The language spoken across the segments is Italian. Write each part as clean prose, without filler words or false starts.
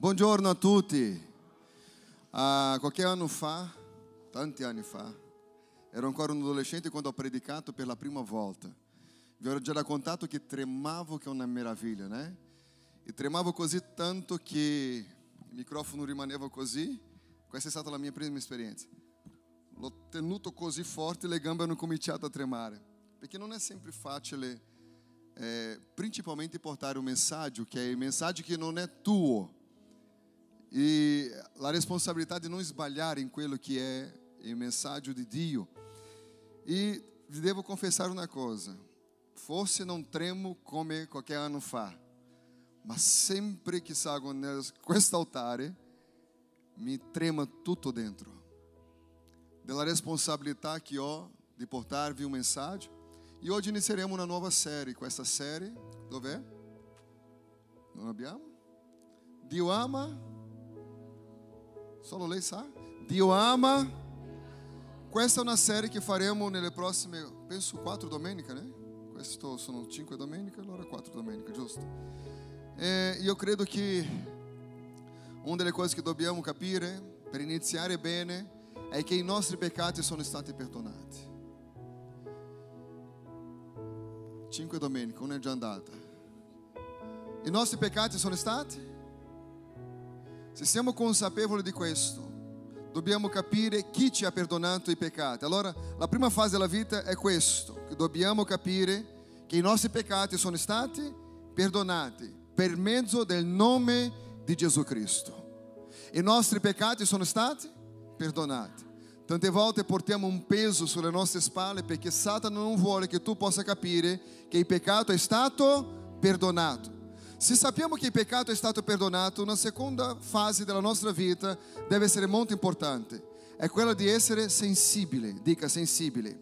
Buongiorno a tutti. Qualche anno fa, tanti anni fa, ero ancora un adolescente quando ho predicato per la prima volta. Vi ho già raccontato che tremavo, che è una meraviglia, né? E tremavo così tanto che il microfono rimaneva così. Questa è stata la mia prima esperienza. L'ho tenuto così forte e le gambe hanno cominciato a tremare. Perché non è sempre facile, principalmente portare un messaggio, che è il messaggio che non è tuo. E la responsabilità di non sbagliare in quello che è il messaggio di Dio. E vi devo confessare una cosa: forse non tremo come qualche anno fa, ma sempre che salgo questo altare mi trema tutto dentro della responsabilità che ho di portarvi un messaggio. E oggi inizieremo una nuova serie. Questa serie, dov'è? Non abbiamo? Dio ama. Solo lei sa? Dio ama. Questa è una serie che faremo nelle prossime, penso 4 domeniche, né? Questo sono 5 domeniche, allora 4 domeniche, giusto? Io credo che una delle cose che dobbiamo capire per iniziare bene è che i nostri peccati sono stati perdonati. 5 domeniche, una è già andata. I nostri peccati sono stati? Se siamo consapevoli di questo, dobbiamo capire chi ci ha perdonato i peccati. Allora, la prima fase della vita è questo, che dobbiamo capire che i nostri peccati sono stati perdonati per mezzo del nome di Gesù Cristo. I nostri peccati sono stati perdonati. Tante volte portiamo un peso sulle nostre spalle perché Satana non vuole che tu possa capire che il peccato è stato perdonato. Se sappiamo che il peccato è stato perdonato, una seconda fase della nostra vita deve essere molto importante. È quella di essere sensibile, dica sensibile.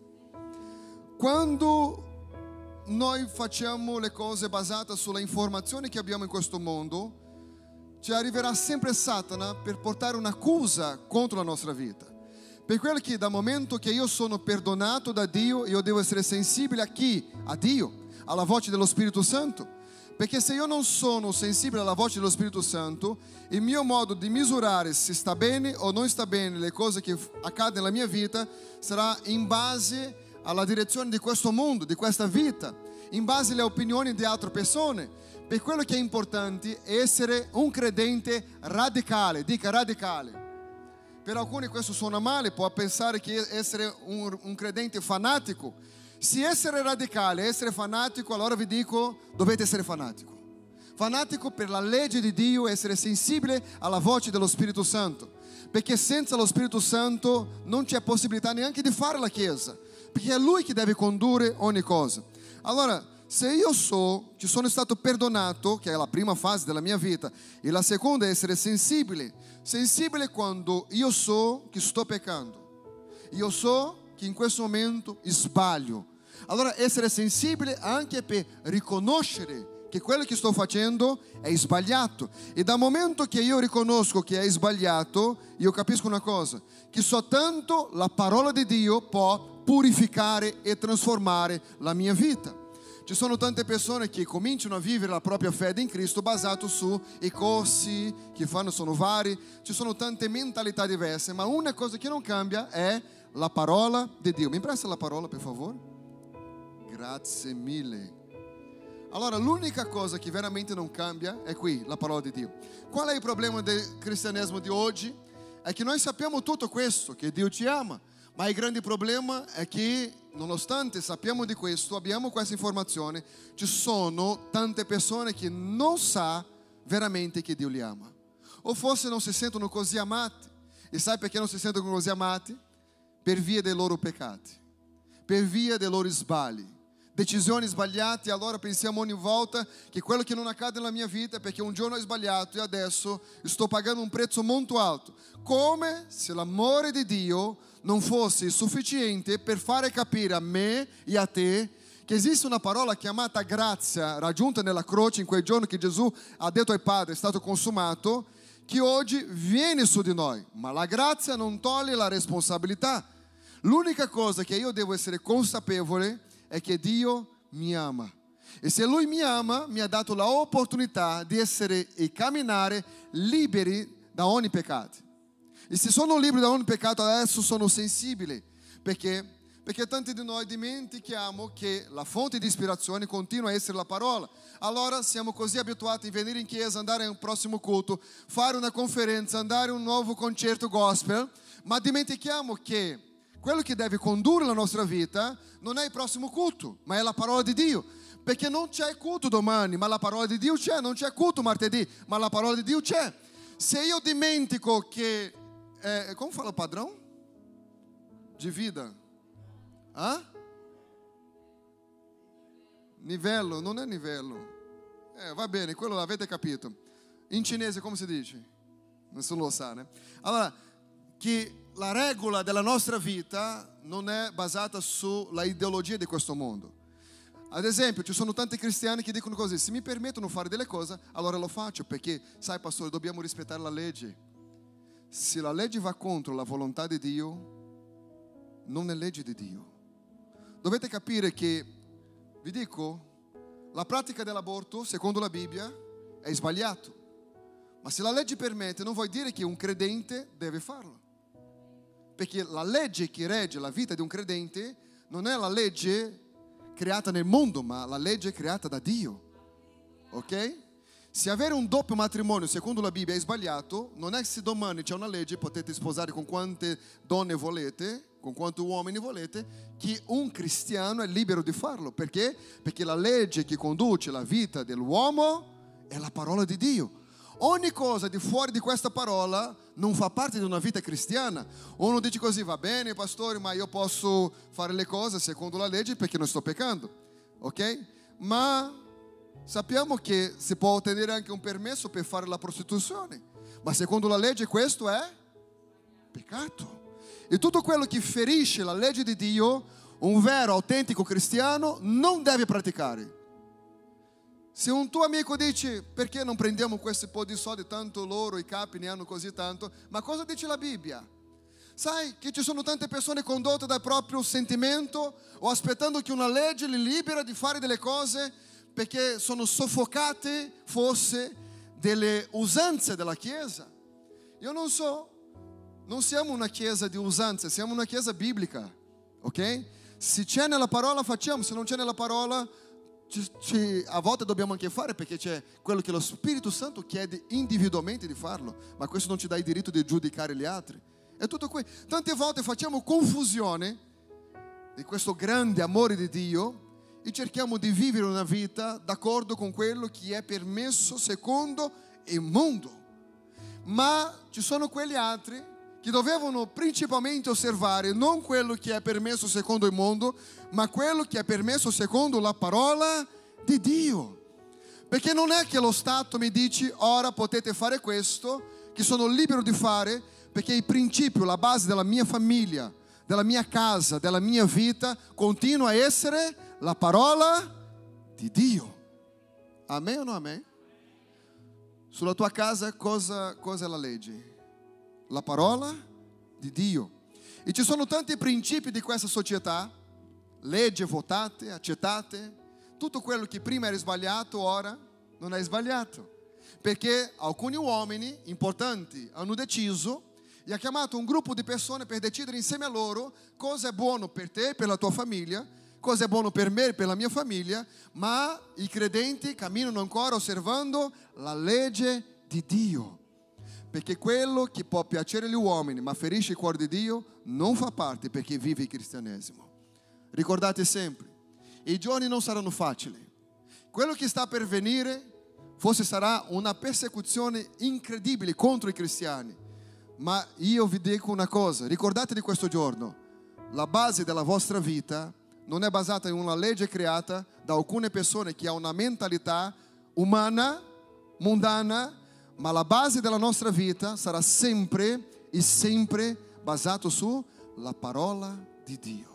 Quando noi facciamo le cose basate sulla informazione che abbiamo in questo mondo, ci arriverà sempre Satana per portare un'accusa contro la nostra vita. Per quello che dal momento che io sono perdonato da Dio, io devo essere sensibile a chi? A Dio, alla voce dello Spirito Santo. Perché se io non sono sensibile alla voce dello Spirito Santo, il mio modo di misurare se sta bene o non sta bene le cose che accadono nella mia vita sarà in base alla direzione di questo mondo, di questa vita, in base alle opinioni di altre persone. Per quello che è importante è essere un credente radicale, dica radicale. Per alcuni questo suona male, può pensare che essere un credente fanatico. Se essere radicale, essere fanatico, allora vi dico, dovete essere fanatico. Fanatico per la legge di Dio, essere sensibile alla voce dello Spirito Santo. Perché senza lo Spirito Santo non c'è possibilità neanche di fare la Chiesa. Perché è Lui che deve condurre ogni cosa. Allora, se io so che sono stato perdonato, che è la prima fase della mia vita, e la seconda è essere sensibile. Sensibile quando io so che sto peccando. Io so che in questo momento sbaglio. Allora essere sensibile anche per riconoscere che quello che sto facendo è sbagliato. E dal momento che io riconosco che è sbagliato, io capisco una cosa, che soltanto la parola di Dio può purificare e trasformare la mia vita. Ci sono tante persone che cominciano a vivere la propria fede in Cristo basato sui corsi che fanno, sono vari, ci sono tante mentalità diverse, ma una cosa che non cambia è la parola di Dio. Mi presta la parola, per favore? Grazie mille. Allora, l'unica cosa che veramente non cambia è qui, la parola di Dio. Qual è il problema del cristianesimo di oggi? È che noi sappiamo tutto questo, che Dio ci ama, ma il grande problema è che, nonostante sappiamo di questo, abbiamo questa informazione, ci sono tante persone che non sanno veramente che Dio li ama. O forse non si sentono così amati. E sai perché non si sentono così amati? Per via dei loro peccati, per via dei loro sbagli, decisioni sbagliate. Allora pensiamo ogni volta che quello che non accade nella mia vita è perché un giorno ho sbagliato e adesso sto pagando un prezzo molto alto, come se l'amore di Dio non fosse sufficiente per fare capire a me e a te che esiste una parola chiamata grazia raggiunta nella croce in quel giorno che Gesù ha detto al Padre è stato consumato, che oggi viene su di noi, ma la grazia non toglie la responsabilità. L'unica cosa che io devo essere consapevole è che Dio mi ama E se Lui mi ama, mi ha dato l'opportunità di essere e camminare liberi da ogni peccato. E se sono liberi da ogni peccato, adesso sono sensibile, perché tanti di noi dimentichiamo che la fonte di ispirazione continua a essere la parola. Allora siamo così abituati a venire in chiesa, andare a un prossimo culto, fare una conferenza, andare a un nuovo concerto gospel, ma dimentichiamo che quello che deve condurre la nostra vita non è il prossimo culto, ma è la parola di Dio. Perché non c'è culto domani, ma la parola di Dio c'è. Non c'è culto martedì, ma la parola di Dio c'è. Se io dimentico che... come fala o padrão de vida? Livello, non è livello. Va bene, quello l'avete capito. In cinese come si dice? Nessuno lo sa, né? Allora, che la regola della nostra vita non è basata sulla ideologia di questo mondo. Ad esempio, ci sono tanti cristiani che dicono così: se mi permettono di fare delle cose, allora lo faccio, perché, sai pastore, dobbiamo rispettare la legge. Se la legge va contro la volontà di Dio, non è legge di Dio. Dovete capire che, vi dico, la pratica dell'aborto, secondo la Bibbia, è sbagliato. Ma se la legge permette, non vuol dire che un credente deve farlo. Perché la legge che regge la vita di un credente non è la legge creata nel mondo, ma la legge creata da Dio. Ok? Se avere un doppio matrimonio, secondo la Bibbia, è sbagliato, non è che se domani c'è una legge, potete sposare con quante donne volete, con quanti uomini volete, che un cristiano è libero di farlo. Perché? Perché la legge che conduce la vita dell'uomo è la parola di Dio. Ogni cosa di fuori di questa parola non fa parte di una vita cristiana. Uno dice così: va bene pastore, ma io posso fare le cose secondo la legge perché non sto peccando, ok? Ma sappiamo che si può ottenere anche un permesso per fare la prostituzione, ma secondo la legge questo è peccato. E tutto quello che ferisce la legge di Dio, un vero, autentico cristiano non deve praticare. Se un tuo amico dice: perché non prendiamo questi po' di soldi, tanto loro i capi ne hanno così tanto, ma cosa dice la Bibbia? Sai che ci sono tante persone condotte dal proprio sentimento o aspettando che una legge li libera di fare delle cose perché sono soffocate forse delle usanze della Chiesa. Io non so, non siamo una Chiesa di usanze, siamo una Chiesa biblica, ok? Se c'è nella parola facciamo, se non c'è nella parola a volte dobbiamo anche fare, perché c'è quello che lo Spirito Santo chiede individualmente di farlo, ma questo non ci dà il diritto di giudicare gli altri. È tutto qui. Tante volte facciamo confusione di questo grande amore di Dio e cerchiamo di vivere una vita d'accordo con quello che è permesso secondo il mondo. Ma ci sono quegli altri che dovevano principalmente osservare non quello che è permesso secondo il mondo, ma quello che è permesso secondo la parola di Dio. Perché non è che lo Stato mi dice: ora potete fare questo, che sono libero di fare, perché il principio, la base della mia famiglia, della mia casa, della mia vita continua a essere la parola di Dio. Amen o non amen? Sulla tua casa cosa è la legge? La parola di Dio. E ci sono tanti principi di questa società, leggi votate, accettate, tutto quello che prima era sbagliato ora non è sbagliato, perché alcuni uomini importanti hanno deciso e ha chiamato un gruppo di persone per decidere insieme a loro cosa è buono per te, per la tua famiglia, cosa è buono per me e per la mia famiglia, ma i credenti camminano ancora osservando la legge di Dio. Perché quello che può piacere agli uomini ma ferisce il cuore di Dio non fa parte perché vive il cristianesimo. Ricordate sempre, i giorni non saranno facili. Quello che sta per venire forse sarà una persecuzione incredibile contro i cristiani. Ma io vi dico una cosa, ricordate di questo giorno: la base della vostra vita non è basata in una legge creata da alcune persone che hanno una mentalità umana, mundana, ma la base della nostra vita sarà sempre e sempre basato sulla parola di Dio.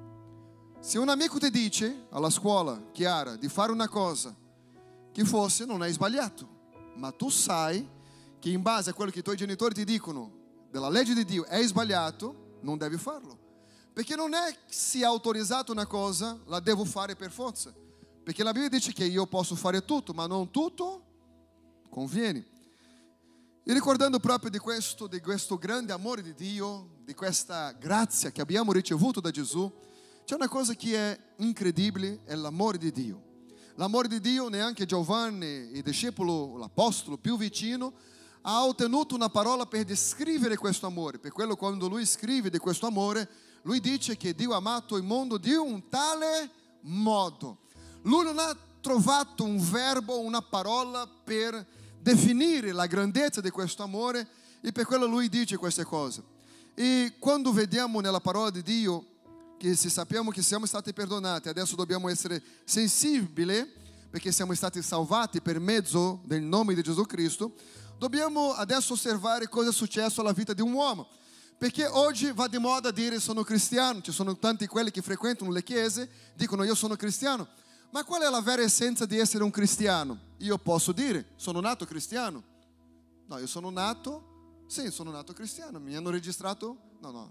Se un amico ti dice alla scuola, Chiara, di fare una cosa che forse non è sbagliato, ma tu sai che in base a quello che i tuoi genitori ti dicono della legge di Dio è sbagliato, non devi farlo. Perché non è se è autorizzato una cosa, la devo fare per forza. Perché la Bibbia dice che io posso fare tutto, ma non tutto conviene. E ricordando proprio di questo grande amore di Dio, di questa grazia che abbiamo ricevuto da Gesù, c'è una cosa che è incredibile, è l'amore di Dio. L'amore di Dio, neanche Giovanni, il discepolo, l'apostolo più vicino, ha ottenuto una parola per descrivere questo amore. Per quello quando lui scrive di questo amore, lui dice che Dio ha amato il mondo di un tale modo. Lui non ha trovato un verbo, una parola per definire la grandezza di questo amore, e per quello lui dice queste cose. E quando vediamo nella parola di Dio che se sappiamo che siamo stati perdonati, adesso dobbiamo essere sensibili perché siamo stati salvati per mezzo del nome di Gesù Cristo, dobbiamo adesso osservare cosa è successo alla vita di un uomo. Perché oggi va di moda dire sono cristiano, ci sono tanti quelli che frequentano le chiese, dicono io sono cristiano. Ma qual è la vera essenza di essere un cristiano? Io posso dire, sono nato cristiano. No, io sono nato, sì, sono nato cristiano. Mi hanno registrato? No.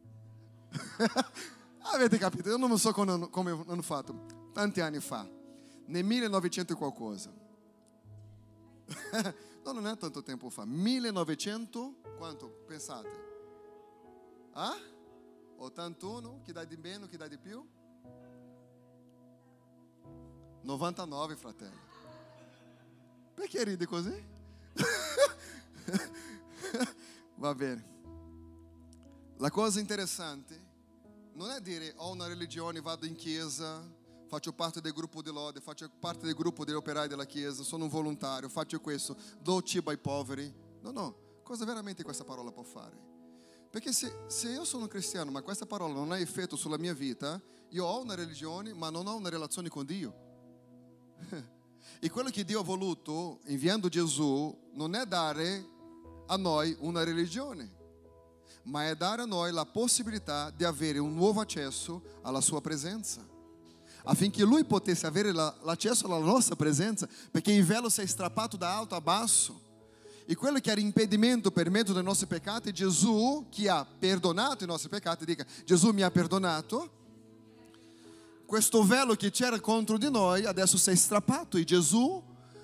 Avete capito? Io non so come hanno fatto. Tanti anni fa, nel 1900 e qualcosa. No, non è tanto tempo fa. 1900, quanto pensate? 81? Chi dà di meno, chi dà di più? 99, fratello. Perché ride così? Va bene. La cosa interessante non è dire ho una religione, vado in chiesa, faccio parte del gruppo di lode, faccio parte del gruppo degli operai della chiesa, sono un volontario, faccio questo, do cibo ai poveri. No, cosa veramente questa parola può fare? Perché se io sono cristiano ma questa parola non ha effetto sulla mia vita, io ho una religione ma non ho una relazione con Dio. E quello che Dio ha voluto inviando Gesù non è dare a noi una religione, ma è dare a noi la possibilità di avere un nuovo accesso alla sua presenza, affinché Lui potesse avere l'accesso alla nostra presenza, perché il velo si è strappato da alto a basso. E quello che era impedimento per mezzo dei nostri peccati, Gesù, che ha perdonato i nostri peccati, dica, Gesù mi ha perdonato. Questo velo che c'era contro di noi adesso si è strappato e Gesù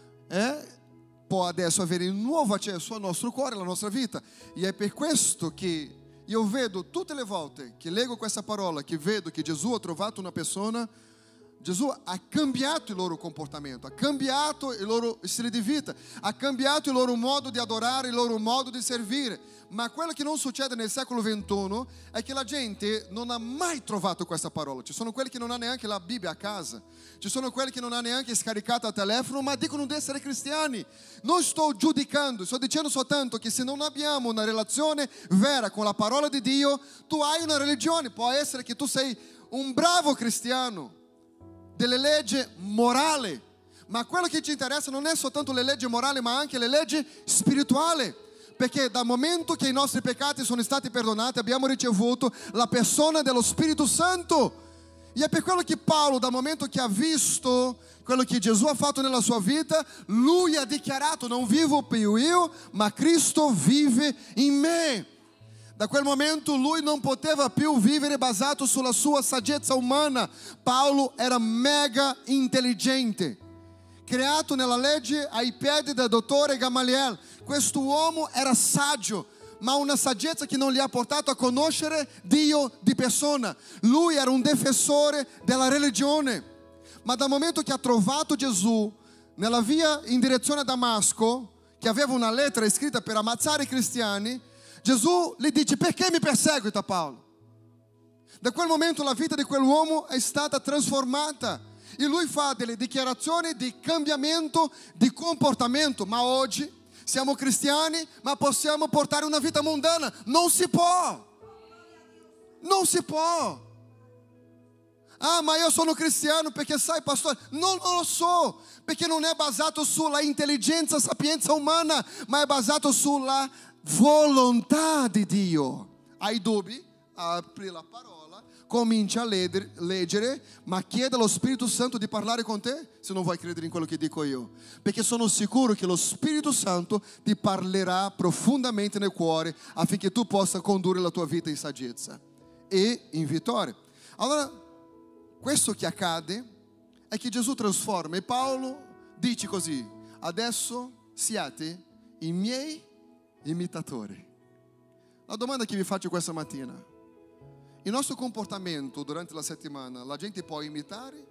può adesso avere un nuovo accesso al nostro cuore, alla nostra vita. E è per questo che io vedo tutte le volte che leggo questa parola, che vedo che Gesù ha trovato una persona, Gesù ha cambiato il loro comportamento, ha cambiato il loro stile di vita, ha cambiato il loro modo di adorare, il loro modo di servire. Ma quello che non succede nel secolo XXI è che la gente non ha mai trovato questa parola. Ci sono quelli che non hanno neanche la Bibbia a casa, ci sono quelli che non hanno neanche scaricato al telefono, ma dicono di essere cristiani. Non sto giudicando, sto dicendo soltanto che se non abbiamo una relazione vera con la parola di Dio, tu hai una religione. Può essere che tu sei un bravo cristiano, delle leggi morali, ma quello che ci interessa non è soltanto le leggi morali, ma anche le leggi spirituali, perché dal momento che i nostri peccati sono stati perdonati abbiamo ricevuto la persona dello Spirito Santo. E è per quello che Paolo, dal momento che ha visto quello che Gesù ha fatto nella sua vita, lui ha dichiarato: non vivo più io, ma Cristo vive in me. Da quel momento lui non poteva più vivere basato sulla sua saggezza umana. Paolo era mega intelligente, creato nella legge ai piedi del dottore Gamaliel. Questo uomo era saggio, ma una saggezza che non gli ha portato a conoscere Dio di persona. Lui era un difensore della religione, ma dal momento che ha trovato Gesù nella via in direzione a Damasco, che aveva una lettera scritta per ammazzare i cristiani, Gesù gli dice: perché mi perseguita, Paolo? Da quel momento la vita di quell'uomo è stata trasformata e lui fa delle dichiarazioni di cambiamento di comportamento. Ma oggi siamo cristiani, ma possiamo portare una vita mondana. Non si può. Non si può. Ah, ma io sono cristiano perché sai, pastore, non lo so, perché non è basato sulla intelligenza, sapienza umana, ma è basato sulla volontà di Dio. Hai dubbi? Apri la parola, comincia a leggere, ma chiede allo Spirito Santo di parlare con te se non vuoi credere in quello che dico io, perché sono sicuro che lo Spirito Santo ti parlerà profondamente nel cuore affinché tu possa condurre la tua vita in saggezza e in vittoria. Allora, questo che accade è che Gesù trasforma, e Paolo dice così: adesso siate i miei imitatori. La domanda che vi faccio questa mattina: il nostro comportamento durante la settimana la gente può imitare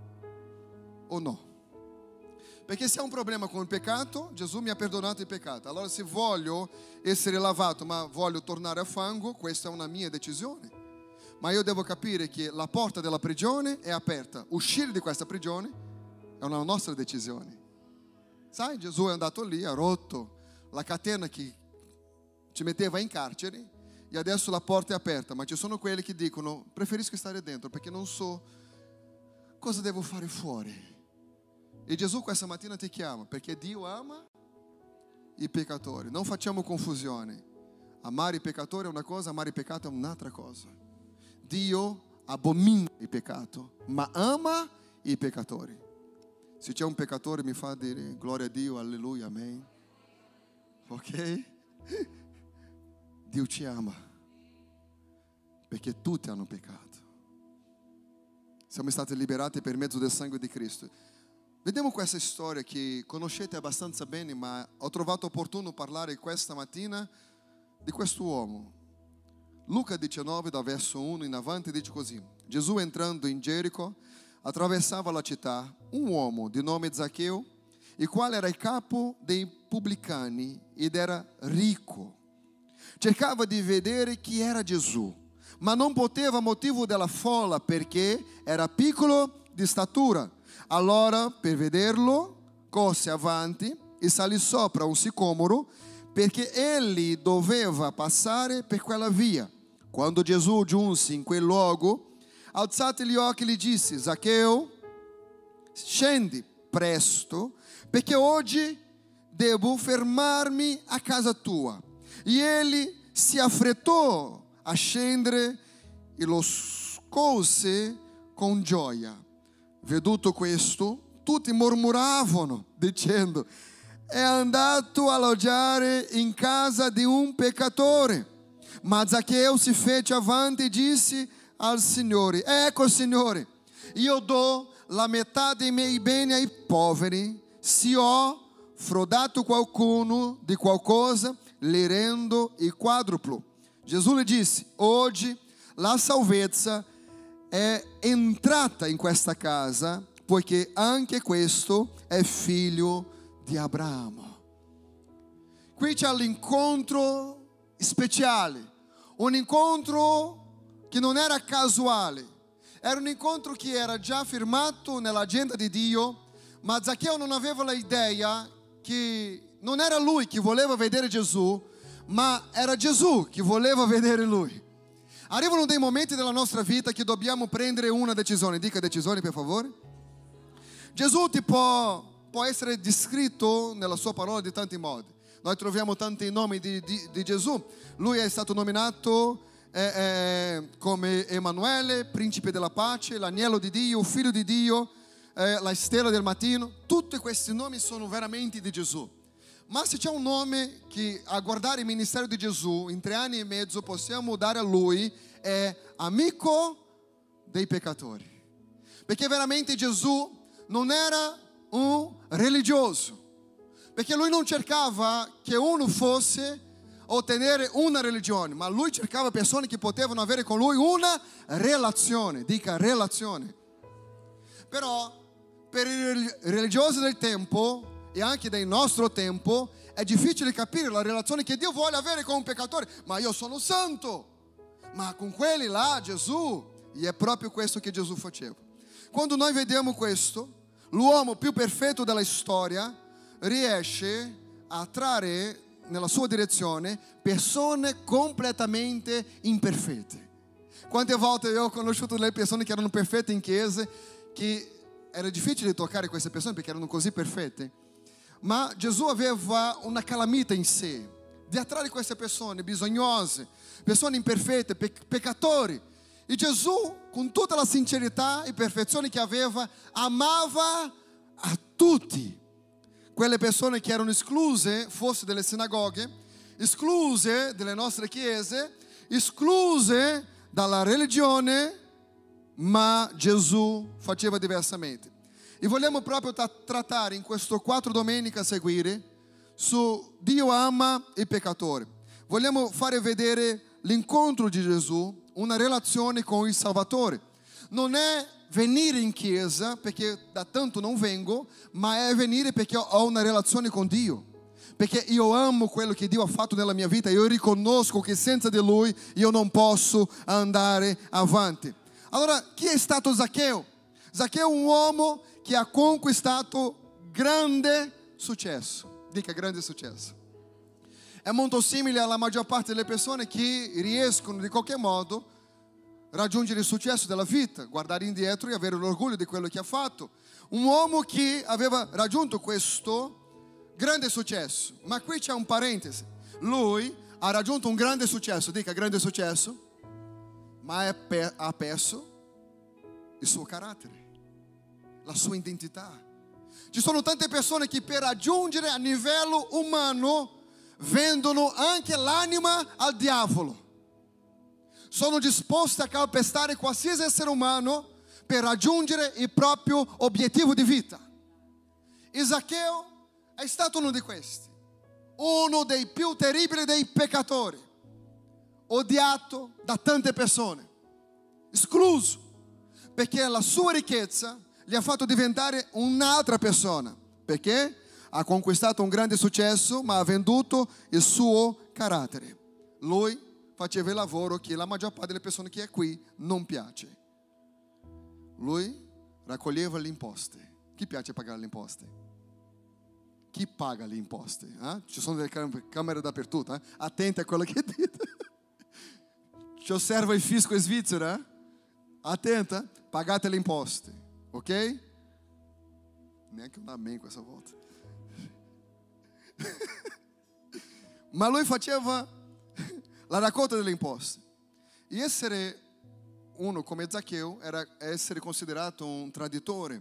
o no? Perché se ha un problema con il peccato, Gesù mi ha perdonato il peccato. Allora se voglio essere lavato ma voglio tornare a fango, questa è una mia decisione. Ma io devo capire che la porta della prigione è aperta. Uscire di questa prigione è una nostra decisione. Sai, Gesù è andato lì, ha rotto la catena che ci metteva in carcere e adesso la porta è aperta. Ma ci sono quelli che dicono: preferisco stare dentro perché non so cosa devo fare fuori. E Gesù questa mattina ti chiama perché Dio ama i peccatori. Non facciamo confusione. Amare i peccatori è una cosa, amare il peccato è un'altra cosa. Dio abomina il peccato, ma ama i peccatori. Se c'è un peccatore mi fa dire gloria a Dio, alleluia, amen. Ok? Dio ci ama perché tutti hanno peccato. Siamo stati liberati per mezzo del sangue di Cristo. Vediamo questa storia che conoscete abbastanza bene, ma ho trovato opportuno parlare questa mattina di questo uomo. Luca 19, da verso 1 in avanti, dice così: Gesù entrando in Gerico attraversava la città. Un uomo di nome Zaccheo, il quale era il capo dei pubblicani ed era ricco, cercava di vedere chi era Gesù, ma non poteva a motivo della folla perché era piccolo di statura. Allora, per vederlo, corse avanti e salì sopra un sicomoro perché egli doveva passare per quella via. Quando Gesù giunse in quel luogo, alzati gli occhi, gli disse: Zaccheo, scendi presto, perché oggi devo fermarmi a casa tua. E egli si affrettò a scendere e lo scolse con gioia. Veduto questo, tutti mormoravano, dicendo: è andato a alloggiare in casa di un peccatore. Ma Zaccheo si fece avanti e disse al Signore: ecco, Signore, io do la metà dei miei beni ai poveri. Se ho frodato qualcuno di qualcosa, le rendo il quadruplo. Gesù le disse: oggi la salvezza è entrata in questa casa, poiché anche questo è figlio di Abramo. Qui c'è l'incontro speciale, un incontro che non era casuale, era un incontro che era già firmato nell'agenda di Dio, ma Zaccheo non aveva l'idea che non era lui che voleva vedere Gesù, ma era Gesù che voleva vedere lui. Arrivano dei momenti della nostra vita che dobbiamo prendere una decisione. Dica decisione, per favore. Gesù può essere descritto nella sua parola di tanti modi. Noi troviamo tanti nomi di Gesù. Lui è stato nominato come Emanuele, principe della pace, l'agnello di Dio, figlio di Dio, la stella del mattino. Tutti questi nomi sono veramente di Gesù. Ma se c'è un nome che a guardare il ministero di Gesù in 3 anni e mezzo possiamo dare a lui, è amico dei peccatori. Perché veramente Gesù non era un religioso, perché lui non cercava che uno fosse ottenere una religione, ma lui cercava persone che potevano avere con lui una relazione. Dica relazione. Però per i religiosi del tempo e anche del nostro tempo è difficile capire la relazione che Dio vuole avere con un peccatore. Ma io sono santo, ma con quelli là Gesù, e è proprio questo che Gesù faceva. Quando noi vediamo questo, l'uomo più perfetto della storia riesce a attrarre nella sua direzione persone completamente imperfette. Quante volte io ho conosciuto delle persone che erano perfette in chiesa, che era difficile toccare queste persone perché erano così perfette. Ma Gesù aveva una calamita in sé di attrarre queste persone bisognose, persone imperfette, peccatori. E Gesù, con tutta la sincerità e perfezione che aveva, amava a tutti. Quelle persone che erano escluse, forse dalle sinagoghe, escluse dalle nostre chiese, escluse dalla religione, ma Gesù faceva diversamente. E vogliamo proprio trattare in queste 4 domeniche a seguire su Dio ama il peccatore. Vogliamo fare vedere l'incontro di Gesù, una relazione con il Salvatore. Non è venire in chiesa perché da tanto non vengo, ma è venire perché ho una relazione con Dio. Perché io amo quello che Dio ha fatto nella mia vita, io riconosco che senza di Lui io non posso andare avanti. Allora, chi è stato Zaccheo? Zaccheo è un uomo che ha conquistato grande successo. Dica grande successo. È molto simile alla maggior parte delle persone che riescono di qualche modo a raggiungere il successo della vita, guardare indietro e avere l'orgoglio di quello che ha fatto. Un uomo che aveva raggiunto questo grande successo. Ma qui c'è un parentesi. Lui ha raggiunto un grande successo, dica grande successo, ma ha perso il suo carattere, la sua identità. Ci sono tante persone che per raggiungere a livello umano vendono anche l'anima al diavolo. Sono disposti a calpestare qualsiasi essere umano per raggiungere il proprio obiettivo di vita. E Zaccheo è stato uno di questi, uno dei più terribili dei peccatori, odiato da tante persone, escluso, perché la sua ricchezza gli ha fatto diventare un'altra persona, perché ha conquistato un grande successo, ma ha venduto il suo carattere. Lui faceva il lavoro che la maggior parte delle persone che è qui non piace. Lui raccoglieva le imposte. Chi piace pagare le imposte? Chi paga le imposte? Ci sono delle camere dappertutto. Attenti a quello che dite. Ci osserva il fisco svizzero. Attenta, pagate le imposte. Ok? Neanche un amen questa volta. Ma lui faceva la raccolta delle imposte. E essere uno come Zaccheo era essere considerato un traditore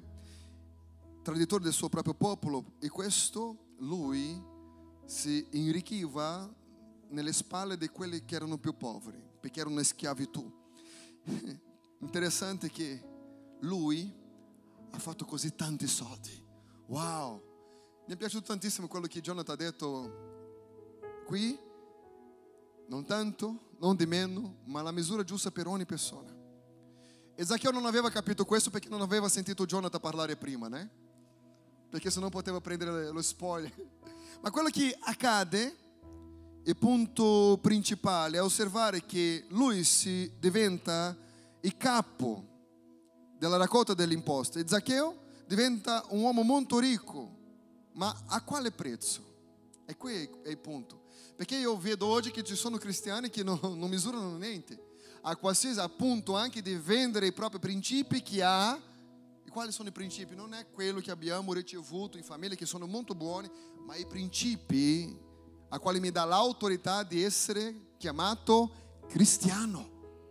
del suo proprio popolo, e questo lui si inrichiva nelle spalle di quelli che erano più poveri, perché era una schiavitù. Interessante che lui ha fatto così tanti soldi. Wow! Mi è piaciuto tantissimo quello che Jonathan ha detto qui. Non tanto, non di meno, ma la misura giusta per ogni persona. E Zaccheo non aveva capito questo perché non aveva sentito Jonathan parlare prima, né? Perché se non poteva prendere lo spoiler. Ma quello che accade, il punto principale, è osservare che lui si diventa il capo della raccolta delle imposte. E Zaccheo diventa un uomo molto ricco. Ma a quale prezzo? E qui è il punto. Perché io vedo oggi che ci sono cristiani che non misurano niente, a qualsiasi appunto anche di vendere i propri principi che ha. E quali sono i principi? Non è quello che abbiamo ricevuto in famiglia, che sono molto buoni, ma i principi a quali mi dà l'autorità di essere chiamato cristiano.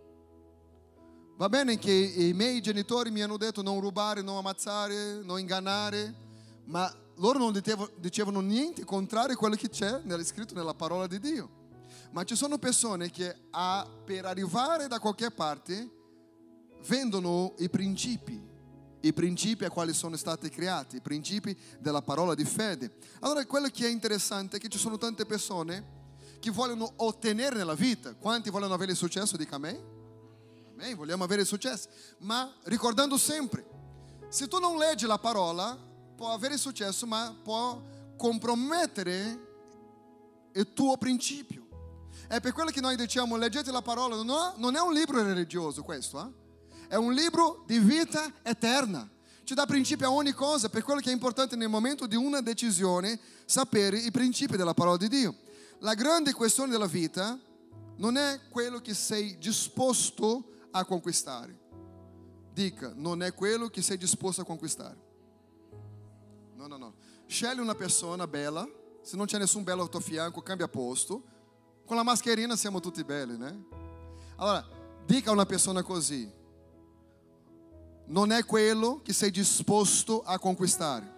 Va bene che i miei genitori mi hanno detto non rubare, non ammazzare, non ingannare, ma loro non dicevano niente contrario a quello che c'è scritto nella parola di Dio. Ma ci sono persone che per arrivare da qualche parte vendono i principi a quali sono stati creati, i principi della parola di fede. Allora quello che è interessante è che ci sono tante persone che vogliono ottenere nella vita. Quanti vogliono avere il successo? Dica amen. Amen, vogliamo avere il successo. Ma ricordando sempre, se tu non leggi la parola, può avere successo, ma può compromettere il tuo principio. È per quello che noi diciamo leggete la parola. Non è un libro religioso questo, è un libro di vita eterna. Ci dà principi a ogni cosa. Per quello che è importante nel momento di una decisione sapere i principi della parola di Dio. La grande questione della vita non è quello che sei disposto a conquistare. Dica, non è quello che sei disposto a conquistare. No. Scegli una persona bella. Se non c'è nessun bello al tuo fianco, cambia posto. Con la mascherina siamo tutti belli, né? Allora, dica a una persona così: non è quello che sei disposto a conquistare,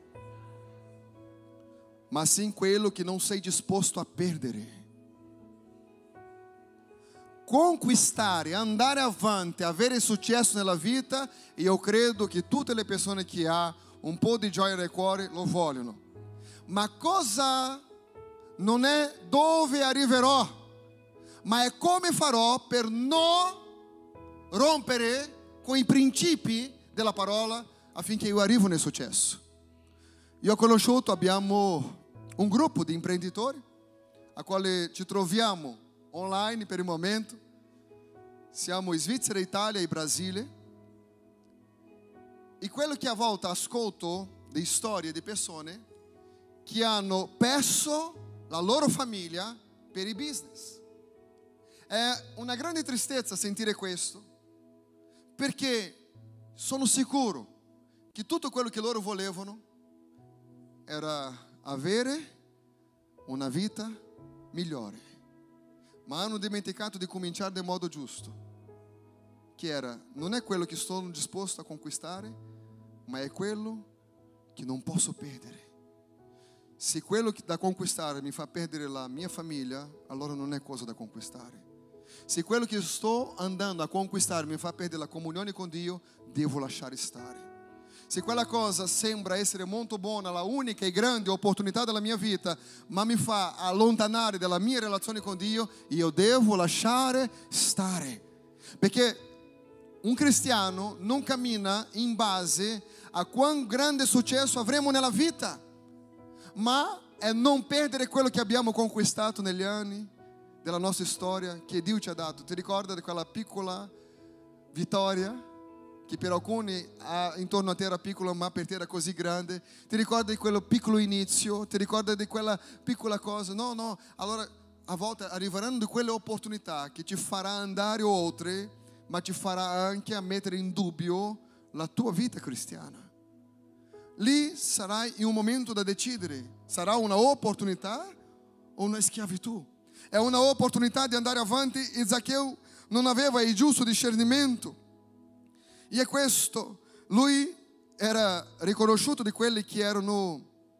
ma sim quello che non sei disposto a perdere. conquistare, andare avanti, avere successo nella vita, io credo che tutte le persone che hanno un po' di gioia nel cuore lo vogliono. Ma cosa non è dove arriverò, ma è come farò per non rompere con i principi della parola affinché io arrivo nel successo. Io ho conosciuto, abbiamo un gruppo di imprenditori a quale ci troviamo online per il momento. Siamo in Svizzera, Italia e Brasile. E quello che a volte ascolto di storie di persone che hanno perso la loro famiglia per il business. È una grande tristezza sentire questo, perché sono sicuro che tutto quello che loro volevano era avere una vita migliore, ma hanno dimenticato di cominciare nel modo giusto, che era, non è quello che sono disposto a conquistare, ma è quello che non posso perdere. Se quello da conquistare mi fa perdere la mia famiglia, allora non è cosa da conquistare. Se quello che sto andando a conquistare mi fa perdere la comunione con Dio, devo lasciare stare. Se quella cosa sembra essere molto buona, la unica e grande opportunità della mia vita, ma mi fa allontanare dalla mia relazione con Dio, io devo lasciare stare. Perché un cristiano non cammina in base a quão grande successo avremo nella vita, ma è non perdere quello che abbiamo conquistato negli anni della nostra storia, che Dio ci ha dato. Ti ricorda di quella piccola vittoria che per alcuni intorno a te era piccola, ma per te era così grande? Ti ricorda di quello piccolo inizio? Ti ricorda di quella piccola cosa? No, allora a volte arriveranno quelle opportunità che ti farà andare oltre, ma ti farà anche a mettere in dubbio la tua vita cristiana. Lì sarai in un momento da decidere, sarà una opportunità o una schiavitù. È una opportunità di andare avanti e Zaccheo non aveva il giusto discernimento. E è questo, lui era riconosciuto di quelli che erano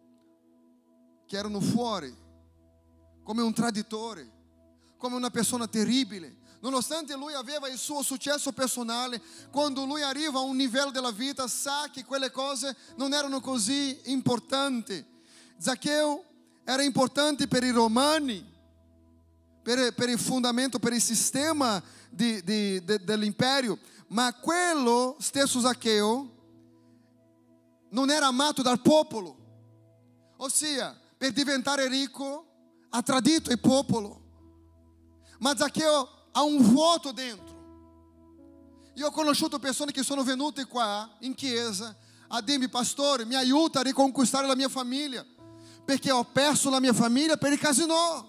fuori, come un traditore, come una persona terribile. Nonostante lui aveva il suo successo personale, quando lui arriva a un livello della vita sa che quelle cose non erano così importanti. Zaccheo era importante per i romani, per il fondamento, per il sistema dell'impero, ma quello stesso Zaccheo non era amato dal popolo. Ossia, per diventare ricco ha tradito il popolo. Ma Zaccheo ha un vuoto dentro. Io ho conosciuto persone che sono venute qua in chiesa a dirmi: pastore, mi aiuta a riconquistare la mia famiglia, perché ho perso la mia famiglia per il casinò.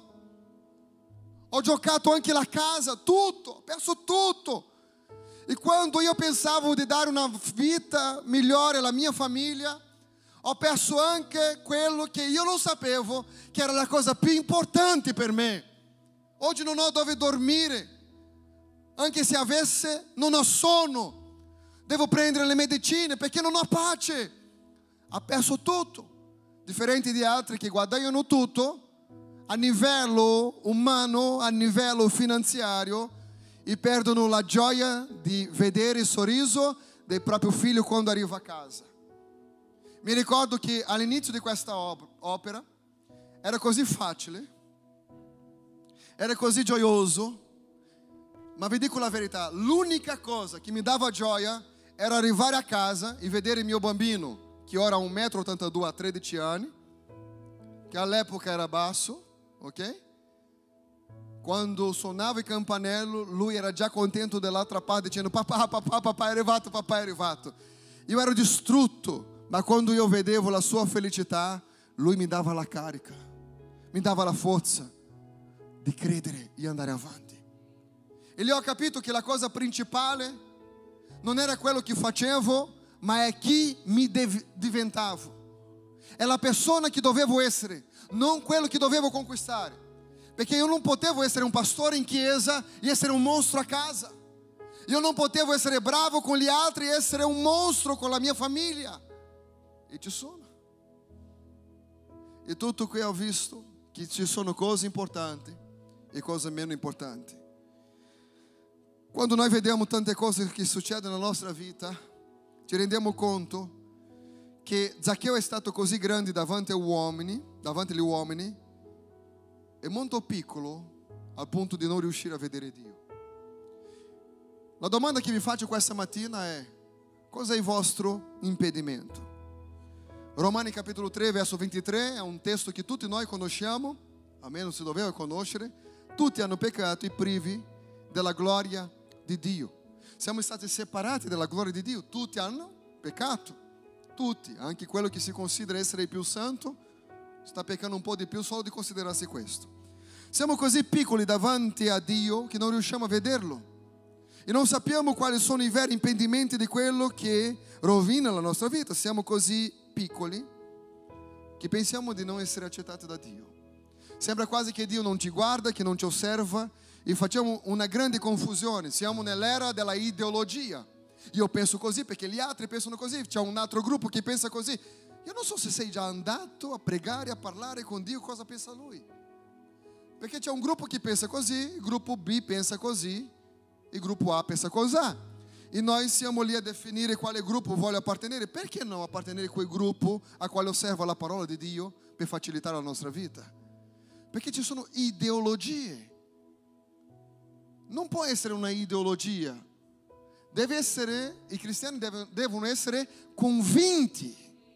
Ho giocato anche la casa, tutto, ho perso tutto. E quando io pensavo di dare una vita migliore alla mia famiglia, ho perso anche quello che io non sapevo che era la cosa più importante per me. Oggi non ho dove dormire, anche se avesse, non ho sonno. Devo prendere le medicine perché non ho pace. Ha perso tutto, differente di altri che guadagnano tutto a livello umano, a livello finanziario, e perdono la gioia di vedere il sorriso del proprio figlio quando arriva a casa. Mi ricordo che all'inizio di questa opera era così facile, era così gioioso, ma vi dico la verità, l'unica cosa che mi dava gioia era arrivare a casa e vedere il mio bambino, che ora ha 1,82 m, a 13 anni, che all'epoca era basso, ok? Quando suonava il campanello, lui era già contento dall'altra parte dicendo: papà è arrivato, papà è arrivato. Io ero distrutto, ma quando io vedevo la sua felicità, lui mi dava la carica, mi dava la forza di credere e andare avanti. E lì ho capito che la cosa principale non era quello che facevo, ma è chi mi diventavo. È la persona che dovevo essere, non quello che dovevo conquistare. Perché io non potevo essere un pastore in chiesa e essere un mostro a casa. Io non potevo essere bravo con gli altri e essere un mostro con la mia famiglia. E ci sono. E tutto qui ho visto che ci sono cose importanti e cose meno importanti. Quando noi vediamo tante cose che succedono nella nostra vita, ci rendiamo conto che Zaccheo è stato così grande davanti agli uomini e molto piccolo al punto di non riuscire a vedere Dio. La domanda che vi faccio questa mattina è: cosa è il vostro impedimento? Romani capitolo 3 verso 23 è un testo che tutti noi conosciamo, almeno si doveva conoscere. Tutti hanno peccato e privi della gloria di Dio. Siamo stati separati dalla gloria di Dio. Tutti hanno peccato. Tutti, anche quello che si considera essere il più santo sta peccando un po' di più solo di considerarsi questo. Siamo così piccoli davanti a Dio che non riusciamo a vederlo e non sappiamo quali sono i veri impedimenti di quello che rovina la nostra vita. Siamo così piccoli che pensiamo di non essere accettati da Dio. Sembra quasi che Dio non ci guarda, che non ci osserva, e facciamo una grande confusione. Siamo nell'era della ideologia. Io penso così perché gli altri pensano così, c'è un altro gruppo che pensa così. Io non so se sei già andato a pregare, a parlare con Dio cosa pensa Lui, perché c'è un gruppo che pensa così, il gruppo B pensa così, il gruppo A pensa così, e noi siamo lì a definire quale gruppo voglio appartenere. Perché non appartenere a quel gruppo a quale osserva la parola di Dio per facilitare la nostra vita? Perché ci sono ideologie. Non può essere una ideologia, deve essere, i cristiani devono essere convinti,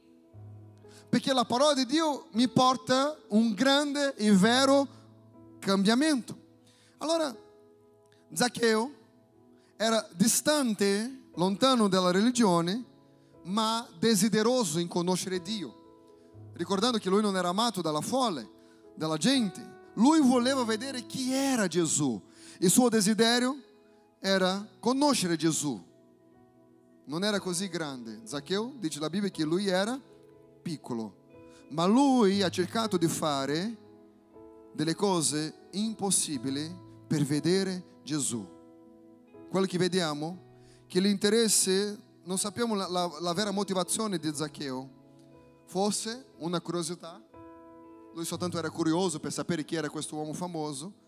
perché la parola di Dio mi porta un grande e vero cambiamento. Allora Zaccheo era distante, lontano dalla religione, ma desideroso in conoscere Dio, ricordando che lui non era amato dalla folla, dalla gente. Lui voleva vedere chi era Gesù. Il suo desiderio era conoscere Gesù. Non era così grande. Zaccheo, dice la Bibbia, che lui era piccolo, ma lui ha cercato di fare delle cose impossibili per vedere Gesù. Quello che vediamo, che l'interesse, non sappiamo la vera motivazione di Zaccheo, fosse una curiosità. Lui soltanto era curioso per sapere chi era questo uomo famoso,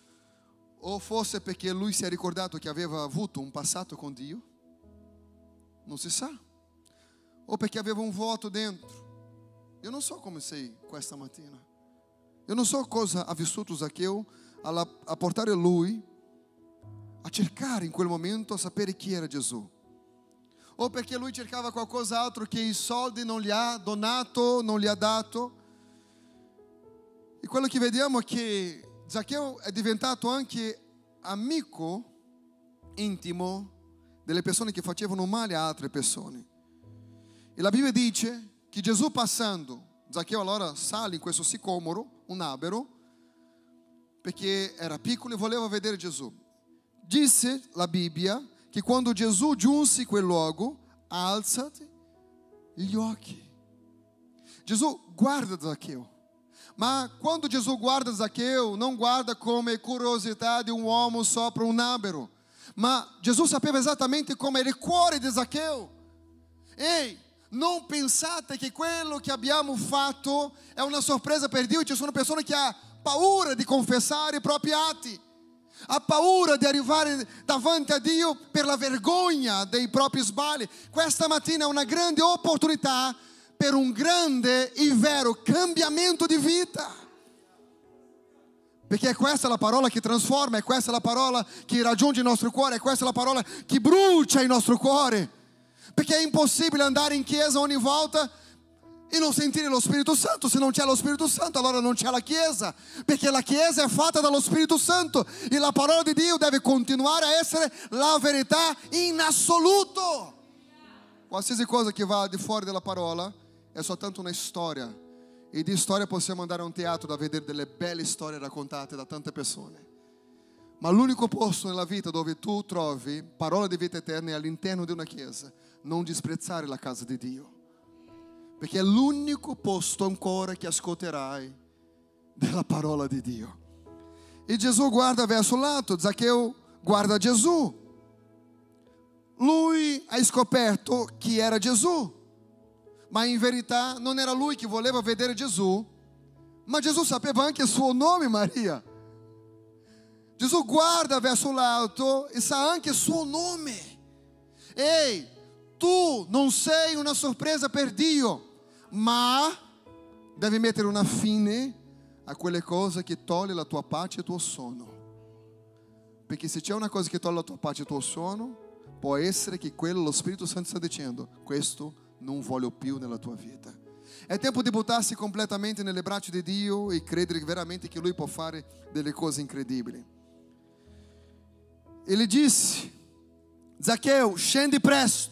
o fosse perché lui si è ricordato che aveva avuto un passato con Dio, non si sa, o perché aveva un vuoto dentro. Io non so come sei questa mattina, io non so cosa ha vissuto Zaccheo a portare lui a cercare in quel momento a sapere chi era Gesù, o perché lui cercava qualcos'altro che i soldi non gli ha donato, non gli ha dato. E quello che vediamo è che Zaccheo è diventato anche amico intimo delle persone che facevano male a altre persone. E la Bibbia dice che Gesù passando, Zaccheo allora sale in questo sicomoro, un albero, perché era piccolo e voleva vedere Gesù. Disse la Bibbia che quando Gesù giunse in quel luogo, alzati gli occhi. Gesù guarda Zaccheo. Ma quando Gesù guarda Zaccheo, non guarda come curiosità di un uomo sopra un albero, ma Gesù sapeva esattamente come era il cuore di Zaccheo. Ehi, non pensate che quello che abbiamo fatto è una sorpresa per Dio. Ci sono persone che hanno paura di confessare i propri atti, ha paura di arrivare davanti a Dio per la vergogna dei propri sbagli. Questa mattina è una grande opportunità per un grande e vero cambiamento di vita, perché è questa la parola che trasforma, è questa la parola che raggiunge il nostro cuore, è questa la parola che brucia il nostro cuore, perché è impossibile andare in chiesa ogni volta e non sentire lo Spirito Santo. Se non c'è lo Spirito Santo, allora non c'è la chiesa, perché la chiesa è fatta dallo Spirito Santo e la parola di Dio deve continuare a essere la verità in assoluto. Qualsiasi cosa che va di fuori della parola è soltanto una storia, e di storia possiamo andare a un teatro da vedere delle belle storie raccontate da tante persone, ma l'unico posto nella vita dove tu trovi parola di vita eterna è all'interno di una chiesa. Non disprezzare la casa di Dio, perché è l'unico posto ancora che ascolterai della parola di Dio. E Gesù guarda verso l'alto, Zaccheo guarda Gesù. Lui ha scoperto chi era Gesù, ma in verità non era lui che voleva vedere Gesù, ma Gesù sapeva anche il suo nome, Maria. Gesù guarda verso l'alto e sa anche il suo nome. Ehi, tu non sei una sorpresa per Dio, ma devi mettere una fine a quelle cose che toglie la tua pace e il tuo sonno. Perché se c'è una cosa che toglie la tua pace e il tuo sonno, può essere che quello lo Spirito Santo sta dicendo: questo non voglio più nella tua vita. È tempo di buttarsi completamente nelle braccia di Dio e credere veramente che Lui può fare delle cose incredibili. Ele disse: Zaccheu, scendi presto.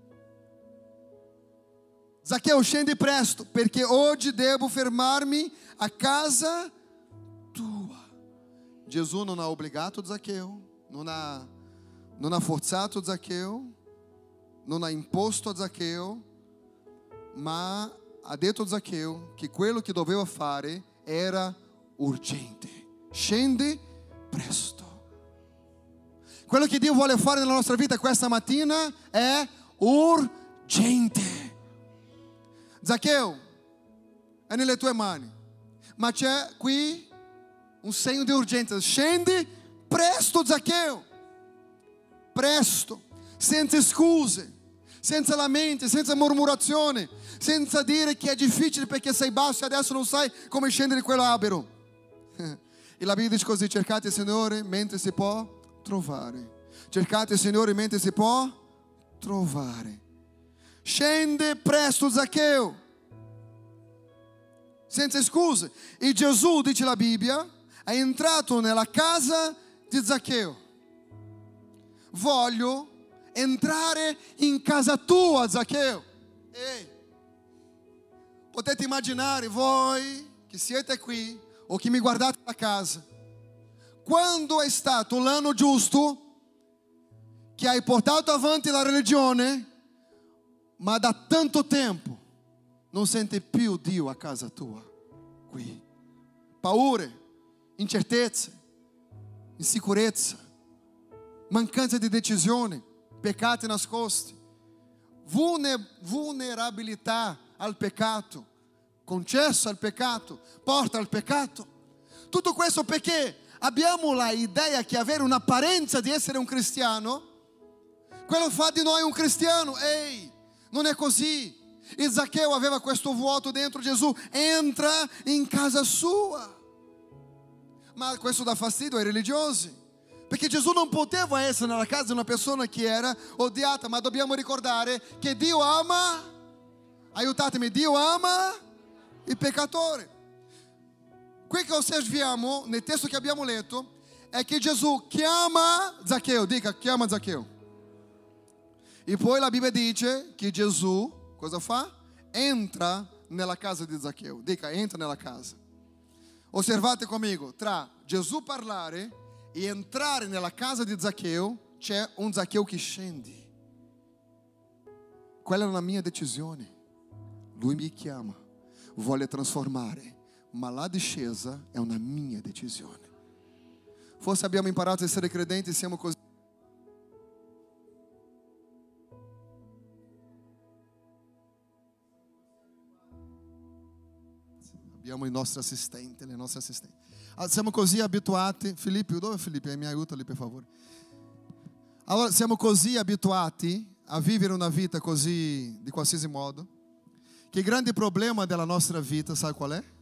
Zaccheu, scendi presto, perché oggi devo fermarmi a casa tua. Gesù non ha obbligato Zaccheu, non ha forzato Zaccheu, non ha imposto a Zaccheu, ma ha detto a Zaccheu che quello che doveva fare era urgente. Scendi presto. Quello che Dio vuole fare nella nostra vita questa mattina è urgente. Zaccheu, è nelle tue mani, ma c'è qui un segno di urgenza. Scendi presto, Zaccheu. Presto, senza scuse, senza lamenti, senza mormurazione, senza dire che è difficile perché sei basso e adesso non sai come scendere quell'albero. E la Bibbia dice così: cercate il Signore mentre si può trovare. Cercate il Signore mentre si può trovare. Scende presto, Zaccheu, senza scuse. E Gesù, dice la Bibbia, è entrato nella casa di Zaccheu. Voglio entrare in casa tua, Zaccheu. Ehi, potete immaginare voi che siete qui o che mi guardate da casa, quando è stato l'anno giusto che hai portato avanti la religione, ma da tanto tempo non senti più Dio a casa tua qui. Paure, incertezze, insicurezza, mancanza di decisione, peccati nascosti, vulnerabilità al peccato, concesso al peccato, porta al peccato. Tutto questo perché abbiamo l'idea che avere un'apparenza di essere un cristiano, quello fa di noi un cristiano. Ehi, non è così. E Zaccheu aveva questo vuoto dentro Gesù: entra in casa sua. Ma questo dà fastidio ai religiosi, perché Gesù non poteva essere nella casa di una persona che era odiata. Ma dobbiamo ricordare che Dio ama, aiutatemi, Dio ama il peccatore. Qui che osserviamo nel testo che abbiamo letto è che Gesù chiama Zaccheu, dica chiama Zaccheu. E poi la Bibbia dice che Gesù cosa fa? Entra nella casa di Zaccheu. Dica, entra nella casa. Osservate comigo, tra Gesù parlare e entrare nella casa di Zaccheu c'è un Zaccheu che scende. Quella è una mia decisione. Lui mi chiama, vuole trasformare, ma la discesa è una mia decisione. Forse abbiamo imparato a essere credenti e siamo così. Abbiamo i nostri assistenti, le nostre assistenti. Siamo così abituati. Filippo, dove è Filippo? Mi aiuta lì per favore. Allora, siamo così abituati a vivere una vita così, di qualsiasi modo, che il grande problema della nostra vita, sai qual è?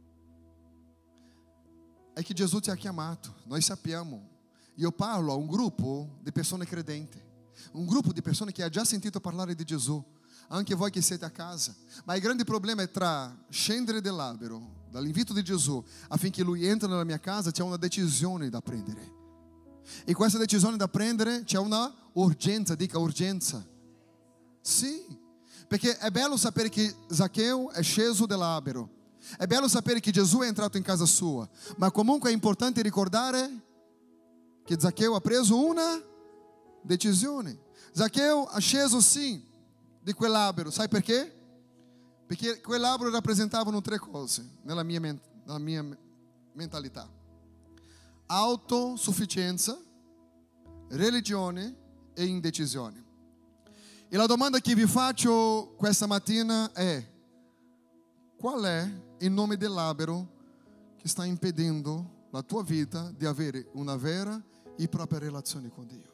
È che Gesù ti ha chiamato. Noi sappiamo. Io parlo a un gruppo di persone credenti, un gruppo di persone che ha già sentito parlare di Gesù, anche voi che siete a casa. Ma il grande problema è tra scendere dall'albero, dall'invito di Gesù, affinché Lui entri nella mia casa, c'è una decisione da prendere. E questa decisione da prendere c'è una urgenza, dica urgenza. Sì, perché è bello sapere che Zaccheu è sceso dall'albero, è bello sapere che Gesù è entrato in casa sua, ma comunque è importante ricordare che Zaccheu ha preso una decisione. Zaccheu è sceso sì di quell'albero, sai perché? Perché quell'albero rappresentavano tre cose nella mia mentalità: autosufficienza, religione e indecisione. E la domanda che vi faccio questa mattina è: qual è il nome dell'albero che sta impedendo la tua vita di avere una vera e propria relazione con Dio.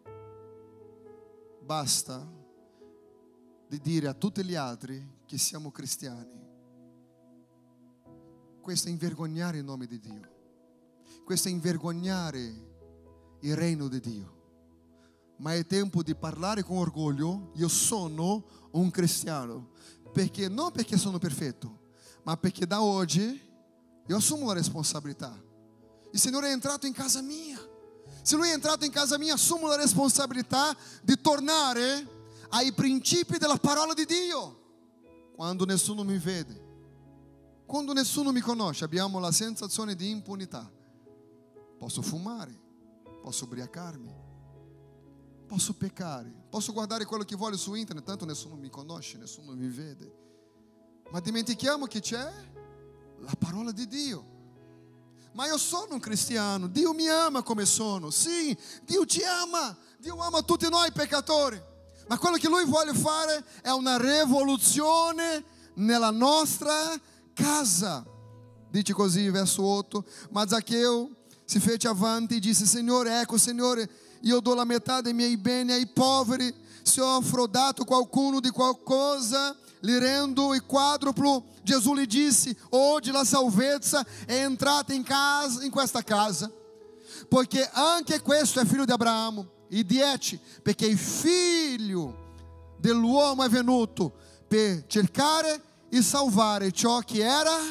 Basta di dire a tutti gli altri che siamo cristiani. Questo è invergognare il nome di Dio. Questo è invergognare il regno di Dio. Ma è tempo di parlare con orgoglio: io sono un cristiano. Perché non perché sono perfetto, ma perché da oggi io assumo la responsabilità. Il Signore è entrato in casa mia. Se Lui è entrato in casa mia, assumo la responsabilità di tornare ai principi della parola di Dio. Quando nessuno mi vede, quando nessuno mi conosce, abbiamo la sensazione di impunità. Posso fumare, posso ubriacarmi, posso peccare, posso guardare quello che voglio su internet, tanto nessuno mi conosce, nessuno mi vede. Ma dimentichiamo che c'è la parola di Dio. Ma io sono un cristiano, Dio mi ama come sono. Sì, Dio ci ama, Dio ama tutti noi peccatori. Ma quello che Lui vuole fare è una rivoluzione nella nostra casa. Dice così, verso 8: ma Zaccheo si fece avanti e disse: Signore, ecco Signore, io do la metà dei miei beni ai poveri. Se ho frodato qualcuno di qualcosa, li rendo il quadruplo. Gesù gli disse: oggi la salvezza è entrata in questa casa, poiché anche questo è figlio di Abramo. E 10: perché il figlio dell'uomo è venuto per cercare e salvare ciò che era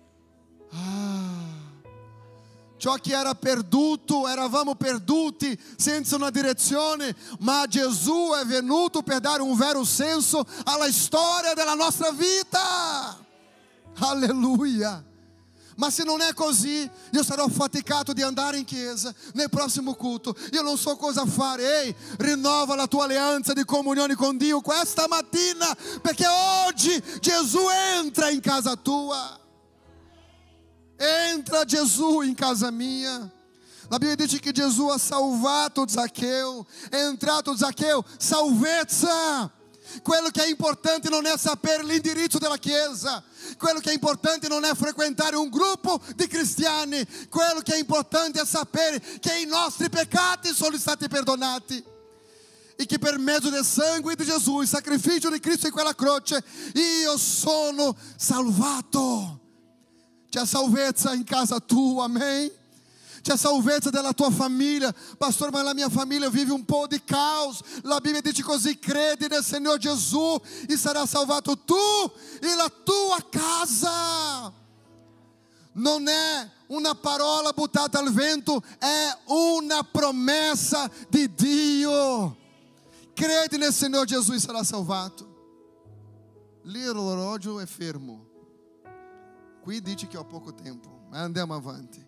ciò che era perduto. Eravamo perduti senza una direzione, ma Gesù è venuto per dare un vero senso alla storia della nostra vita. Alleluia. Ma se non è così, io sarò faticato di andare in chiesa nel prossimo culto. Io non so cosa fare. Ehi, rinnova la tua alleanza di comunione con Dio questa mattina, perché oggi Gesù entra in casa tua. Entra Gesù in casa mia. La Bibbia dice che Gesù ha salvato Zaccheo. È entrato Zaccheo, salvezza. Quello che è importante non è sapere l'indirizzo della chiesa. Quello che è importante non è frequentare un gruppo di cristiani. Quello che è importante è sapere che i nostri peccati sono stati perdonati e che per mezzo del sangue di Gesù, il sacrificio di Cristo in quella croce, io sono salvato. C'è salvezza in casa tua, amen? C'è salvezza della tua famiglia. Pastor, ma la mia famiglia vive un po' di caos. La Bibbia dice così: credi nel Signore Gesù e sarà salvato tu e la tua casa. Non è una parola buttata al vento, è una promessa di Dio. Credi nel Signore Gesù e sarà salvato. Lì l'orologio è fermo. Qui dice che ho poco tempo, ma andiamo avanti.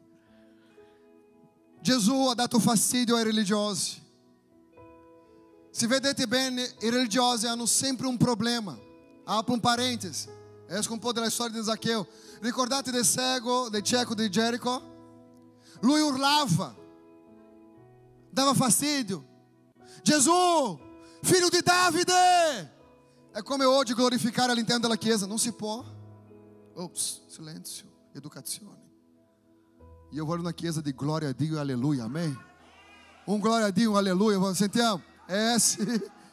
Gesù ha dato fastidio ai religiosi. Se vedete bene, i religiosi hanno sempre un problema. Apro un parêntese, esco un po' della storia di Zaccheo. Ricordate del cieco di Gerico? Lui urlava, dava fastidio: Gesù, figlio di Davide! È come oggi glorificare all'interno della chiesa. Non si può. Ops, silenzio, educazione. Io voglio una chiesa di gloria a Dio e alleluia, amém? Un gloria a Dio, alleluia, sentiamo? Sì,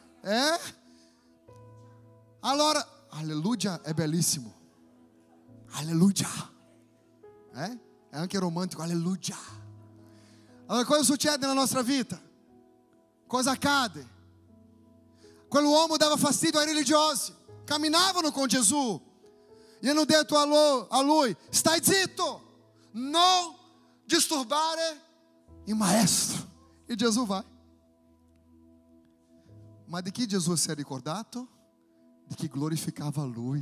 Allora, alleluia è bellissimo. Alleluia. È anche romantico, alleluia. Allora, cosa succede nella nostra vita? Cosa accade? Quell'uomo dava fastidio ai religiosi. Camminavano con Gesù e hanno detto a lui: stai zitto, non disturbare il maestro. E Gesù vai. Ma di chi Gesù si è ricordato? Di chi glorificava lui.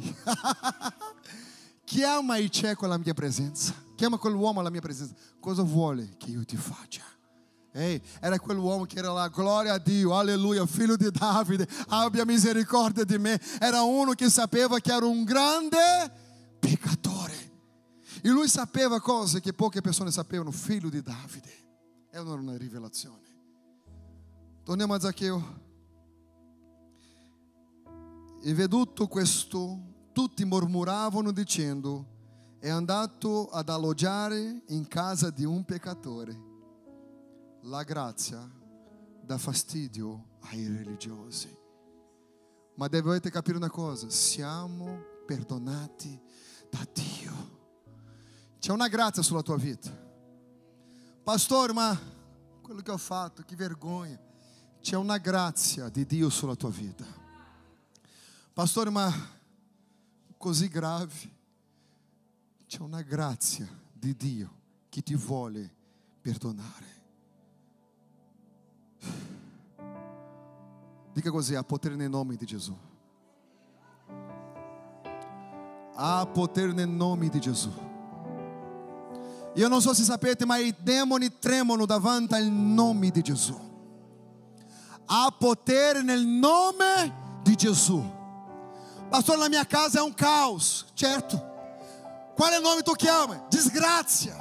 Chiama il cieco alla mia presenza. Chiama quell'uomo alla mia presenza. Cosa vuole che io ti faccia? Era quell'uomo che era là: gloria a Dio, alleluia, figlio di Davide, abbia misericordia di me. Era uno che sapeva che era un grande peccatore. E lui sapeva cose che poche persone sapevano. Figlio di Davide. Era una rivelazione. Torniamo a Zaccheo. E veduto questo, tutti mormuravano dicendo: è andato ad alloggiare in casa di un peccatore. La grazia dà fastidio ai religiosi. Ma dovete capire una cosa: siamo perdonati da Dio. C'è una grazia sulla tua vita. Pastore, ma quello che ho fatto, che vergogna. C'è una grazia di Dio sulla tua vita. Pastore, ma così grave. C'è una grazia di Dio che ti vuole perdonare. Dica così: há potere nel nome di Gesù. Há potere nel nome di Gesù. Io non so se sapete, ma i demoni tremano davanti al nome di Gesù. Há potere nel nome di Gesù. Pastor, la mia casa è un caos. Certo. Quale nome tu chiami? Disgrazia.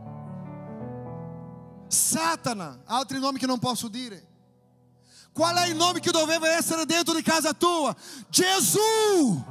Satana. Altri nomi che non posso dire. Qual è il nome che doveva essere dentro di casa tua? Gesù.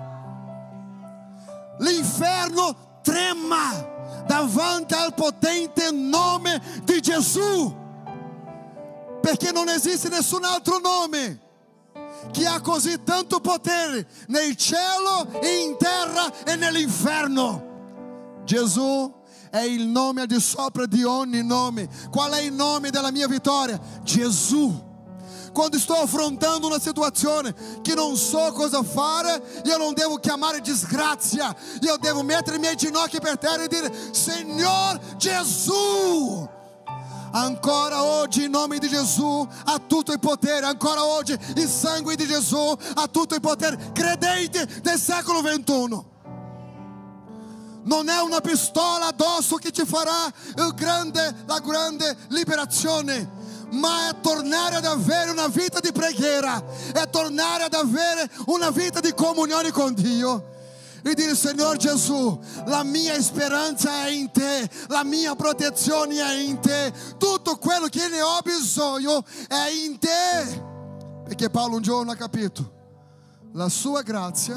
L'inferno trema davanti al potente nome di Gesù, perché non esiste nessun altro nome che ha così tanto potere nel cielo, in terra e nell'inferno. Gesù è il nome al di sopra di ogni nome. Qual è il nome della mia vittoria? Gesù. Quando sto affrontando una situazione che non so cosa fare, io non devo chiamare disgrazia, io devo mettere i miei ginocchi per terra e dire: Signor Gesù. Ancora oggi il nome di Gesù ha tutto il potere. Ancora oggi il sangue di Gesù ha tutto il potere. Credenti del secolo XXI. Non è una pistola addosso che ti farà la grande liberazione, ma è tornare ad avere una vita di preghiera, è tornare ad avere una vita di comunione con Dio e dire: Signor Gesù, la mia speranza è in te, la mia protezione è in te, tutto quello che ne ho bisogno è in te. Perché Paolo un giorno ha capito: la sua grazia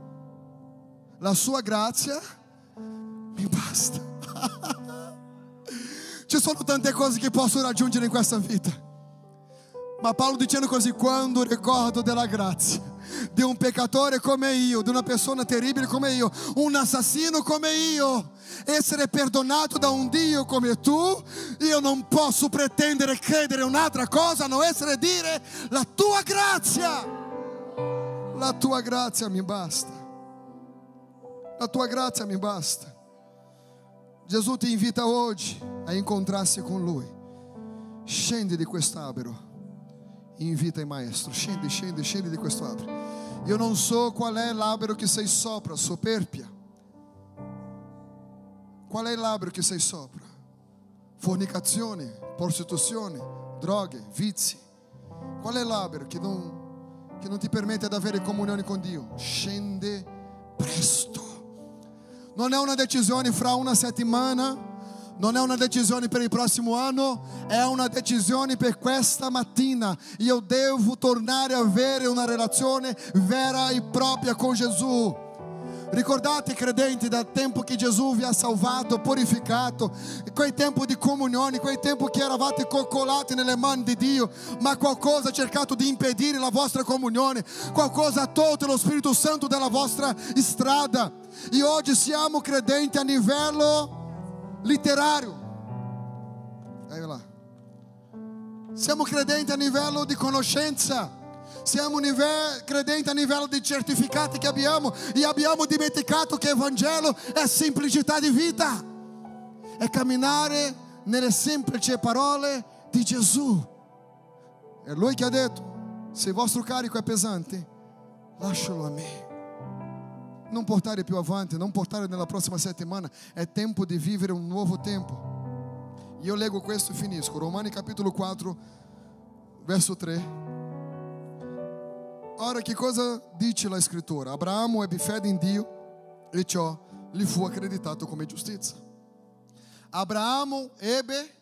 mi basta. Ci sono tante cose che posso raggiungere in questa vita, ma Paolo dicendo così: quando ricordo della grazia di un peccatore come io, di una persona terribile come io, un assassino come io, essere perdonato da un Dio come tu, io non posso pretendere credere un'altra cosa, non essere dire: la tua grazia mi basta, la tua grazia mi basta. Gesù ti invita oggi a incontrarsi con Lui. Scendi di quest'albero, invita il Maestro. Scendi di questo albero. Io non so qual è l'albero che sei sopra, soperchia. Qual è l'albero che sei sopra? Fornicazione, prostituzione, droghe, vizi. Qual è l'albero che non ti permette di avere comunione con Dio? Scende presto. Non è una decisione fra una settimana, non è una decisione per il prossimo anno, è una decisione per questa mattina. Io devo tornare a avere una relazione vera e propria con Gesù. Ricordate, credenti, dal tempo che Gesù vi ha salvato, purificato, quel tempo di comunione, quel tempo che eravate coccolati nelle mani di Dio, ma qualcosa ha cercato di impedire la vostra comunione, qualcosa ha tolto lo Spirito Santo dalla vostra strada. E oggi siamo credenti a livello letterario. Siamo credenti a livello di conoscenza. Siamo credenti a livello di certificati che abbiamo, e abbiamo dimenticato che il Vangelo è semplicità di vita, è camminare nelle semplici parole di Gesù. È Lui che ha detto: se il vostro carico è pesante, lascialo a me. Non portare più avanti, non portare nella prossima settimana. È tempo di vivere un nuovo tempo. Io leggo questo e finisco. Romani capitolo 4 verso 3. Ora che cosa dice la scrittura? Abramo ebbe fede in Dio e ciò gli fu accreditato come giustizia. Abramo ebbe,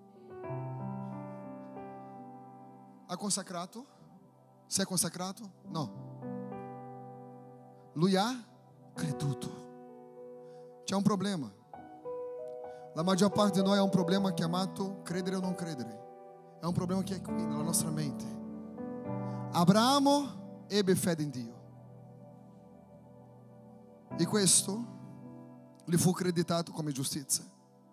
ha consacrato? Si è consacrato? No. Lui ha creduto. C'è un problema. La maggior parte di noi ha un problema chiamato credere o non credere. È un problema che è qui nella nostra mente. Abramo ebbe fede in Dio. E questo gli fu creditato come giustizia.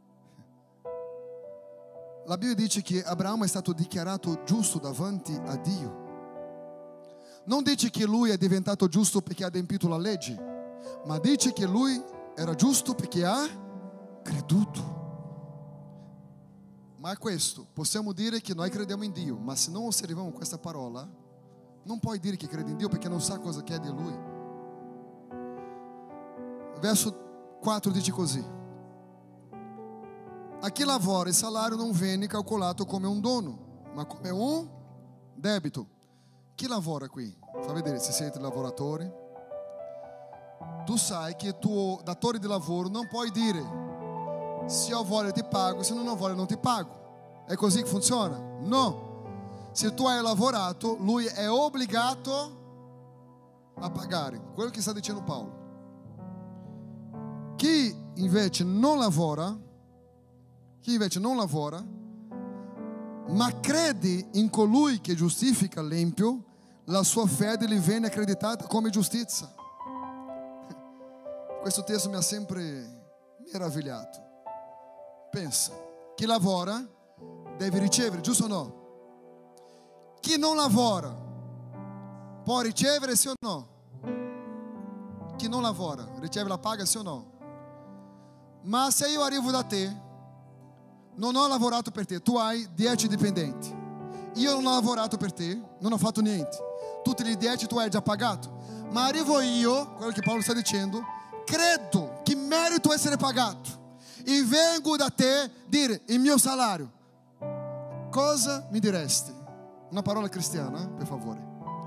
La Bibbia dice che Abramo è stato dichiarato giusto davanti a Dio. Non dice che lui è diventato giusto perché ha adempito la legge, ma dice che lui era giusto perché ha creduto. Ma è questo, possiamo dire che noi crediamo in Dio, ma se non osserviamo questa parola, non puoi dire che credi in Dio perché non sa cosa chiede a Lui. Verso 4 dice così: a chi lavora il salario non viene calcolato come un dono, ma come un debito. Chi lavora qui? Fa vedere se siete lavoratori. Tu sai che tu, datore di lavoro, non puoi dire se ho voglia ti pago, se non ho voglia non ti pago. È così che funziona? No. Se tu hai lavorato, lui è obbligato a pagare. Quello che sta dicendo Paolo. Chi invece non lavora, ma crede in colui che giustifica l'empio, la sua fede gli viene accreditata come giustizia. Questo testo mi ha sempre meravigliato. Pensa, chi lavora deve ricevere, giusto o no? Chi non lavora può ricevere, sì o no? Chi non lavora riceve la paga, sì o no? Ma se io arrivo da te, non ho lavorato per te, tu hai 10 dipendenti, io non ho lavorato per te, non ho fatto niente, tutti gli 10 tu hai già pagato, ma arrivo io, quello che Paolo sta dicendo, credo che merito essere pagato e vengo da te dire il mio salario, cosa mi diresti? Una parola cristiana, per favore.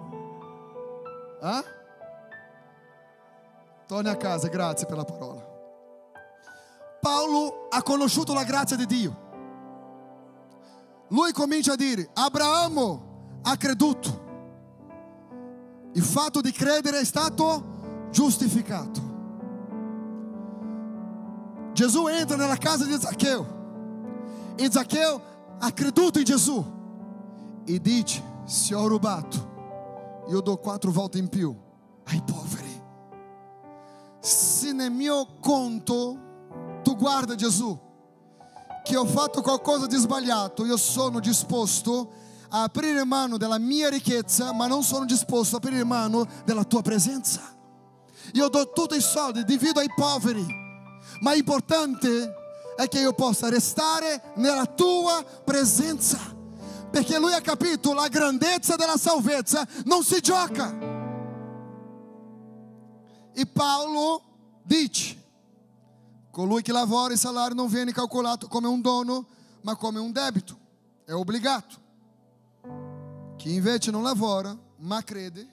Torni a casa, grazie per la parola. Paolo ha conosciuto la grazia di Dio. Lui comincia a dire: Abramo ha creduto. Il fatto di credere è stato giustificato. Gesù entra nella casa di Zaccheo e Zaccheo ha creduto in Gesù e dice: se ho rubato, io do 4 volte in più ai poveri. Se nel mio conto tu guarda Gesù che ho fatto qualcosa di sbagliato, io sono disposto a aprire mano della mia ricchezza, ma non sono disposto a aprire mano della tua presenza. Io do tutti i soldi, divido ai poveri, ma l'importante è che io possa restare nella tua presenza, perché lui ha capito la grandezza della salvezza non si gioca. E Paolo dice: colui che lavora il salario non viene calcolato come un dono, ma come un debito, è obbligato. Chi invece non lavora ma crede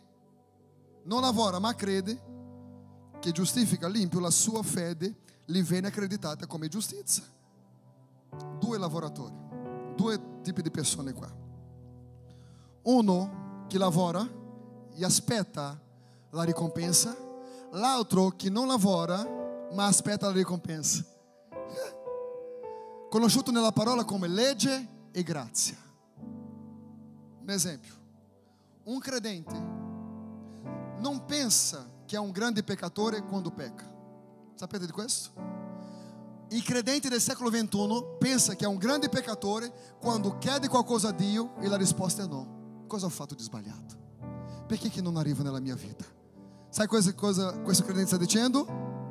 che giustifica l'impio, la sua fede gli viene accreditata come giustizia. 2 lavoratori, 2 tipi di persone qua. Uno che lavora e aspetta la ricompensa, l'altro che non lavora ma aspetta la ricompensa. Conosciuto nella parola come legge e grazia. Un esempio: un credente non pensa che è un grande peccatore quando pecca. Sapete di questo? Il credente del secolo XXI pensa che è un grande peccatore quando chiede qualcosa a Dio e la risposta è no. Cosa ho fatto di sbagliato? Perché che non arriva nella mia vita? Sai cosa questo credente sta dicendo?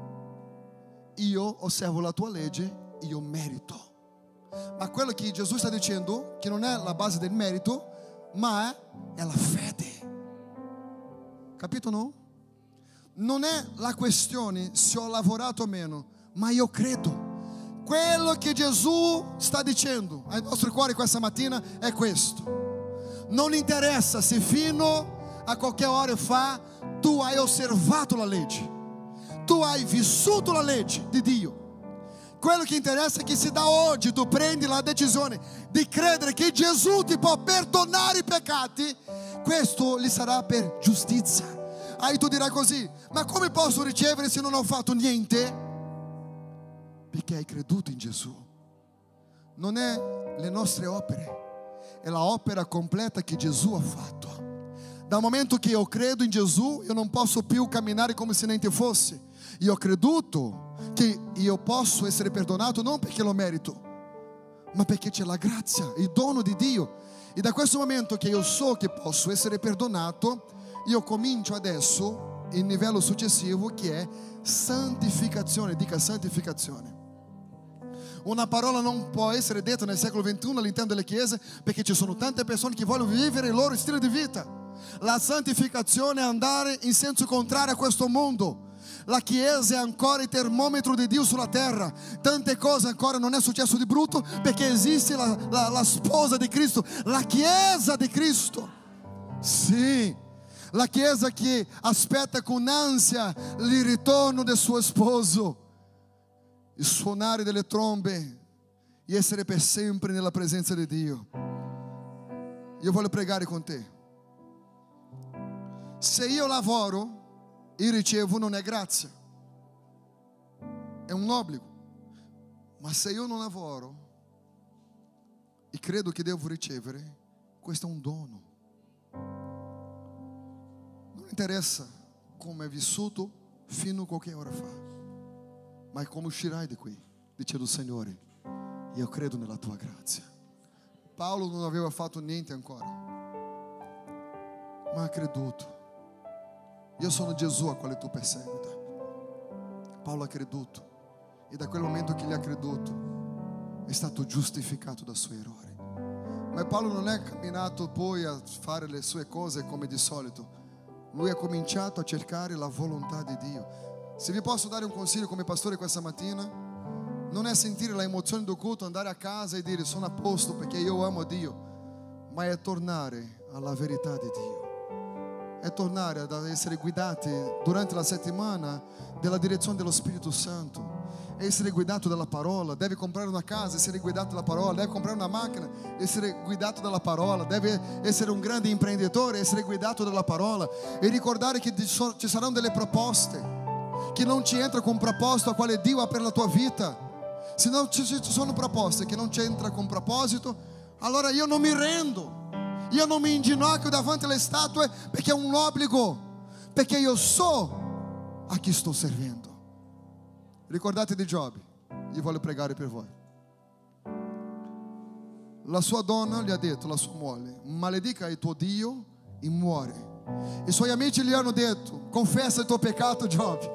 Io osservo la tua legge, io merito. Ma quello che Gesù sta dicendo, che non è la base del merito, ma è la fede. Capito, no? Non è la questione se ho lavorato o meno, ma io credo. Quello che Gesù sta dicendo ai nostri cuori questa mattina è questo: non interessa se fino a qualche ora fa tu hai osservato la legge, tu hai vissuto la legge di Dio. Quello che interessa è che se da oggi tu prendi la decisione di credere che Gesù ti può perdonare i peccati, questo gli sarà per giustizia. Aí tu dirai così: ma come posso ricevere se non ho fatto niente? perché hai creduto in Gesù. Non è le nostre opere, è la opera completa che Gesù ha fatto. Dal momento che io credo in Gesù, io non posso più camminare come se niente fosse. Io ho creduto che io posso essere perdonato non perché lo merito, ma perché c'è la grazia, il dono di Dio. E da questo momento che io so che posso essere perdonato, io comincio adesso il livello successivo, che è santificazione. Dica santificazione. Una parola non può essere detta nel secolo XXI all'interno delle chiese, perché ci sono tante persone che vogliono vivere il loro stile di vita. La santificazione è andare in senso contrario a questo mondo. La Chiesa è ancora il termometro di Dio sulla terra. Tante cose ancora non è successo di brutto, perché esiste la sposa di Cristo, la Chiesa di Cristo. Sì, la Chiesa che aspetta con ansia il ritorno del suo sposo, il suonare delle trombe e essere per sempre nella presenza di Dio. Io voglio pregare con te. Se io lavoro e ricevo, non è grazia, è un obbligo. Ma se io non lavoro e credo che devo ricevere, questo è un dono. Non interessa come hai vissuto fino a qualche ora fa, ma come uscirai di qui, dicendo: Signore, io credo nella tua grazia. Paolo non aveva fatto niente ancora, ma ha creduto. Io sono Gesù a quale tu perseguita. Paolo ha creduto, e da quel momento che gli ha creduto è stato giustificato dai suoi errori. Ma Paolo non è camminato poi a fare le sue cose come di solito. Lui ha cominciato a cercare la volontà di Dio. Se vi posso dare un consiglio come pastore questa mattina, non è sentire le emozioni del culto, andare a casa e dire sono a posto perché io amo Dio, ma è tornare alla verità di Dio. È tornare ad essere guidati durante la settimana dalla direzione dello Spirito Santo, essere guidato dalla parola. Deve comprare una casa, essere guidato dalla parola. Deve comprare una macchina, essere guidato dalla parola. Deve essere un grande imprenditore, essere guidato dalla parola. E ricordare che ci saranno delle proposte, che non ci entra con un proposito a quale Dio ha per la tua vita. Se non ci sono proposte che non c'entra con proposito, allora io non mi rendo. Io non mi inginocchio davanti alle statue, perché è un obbligo, perché io so a chi sto servendo. Ricordate di Giobbe. Io voglio pregare per voi. La sua donna gli ha detto, la sua moglie: maledica il tuo Dio e muore. I suoi amici gli hanno detto: confessa il tuo peccato, Giobbe.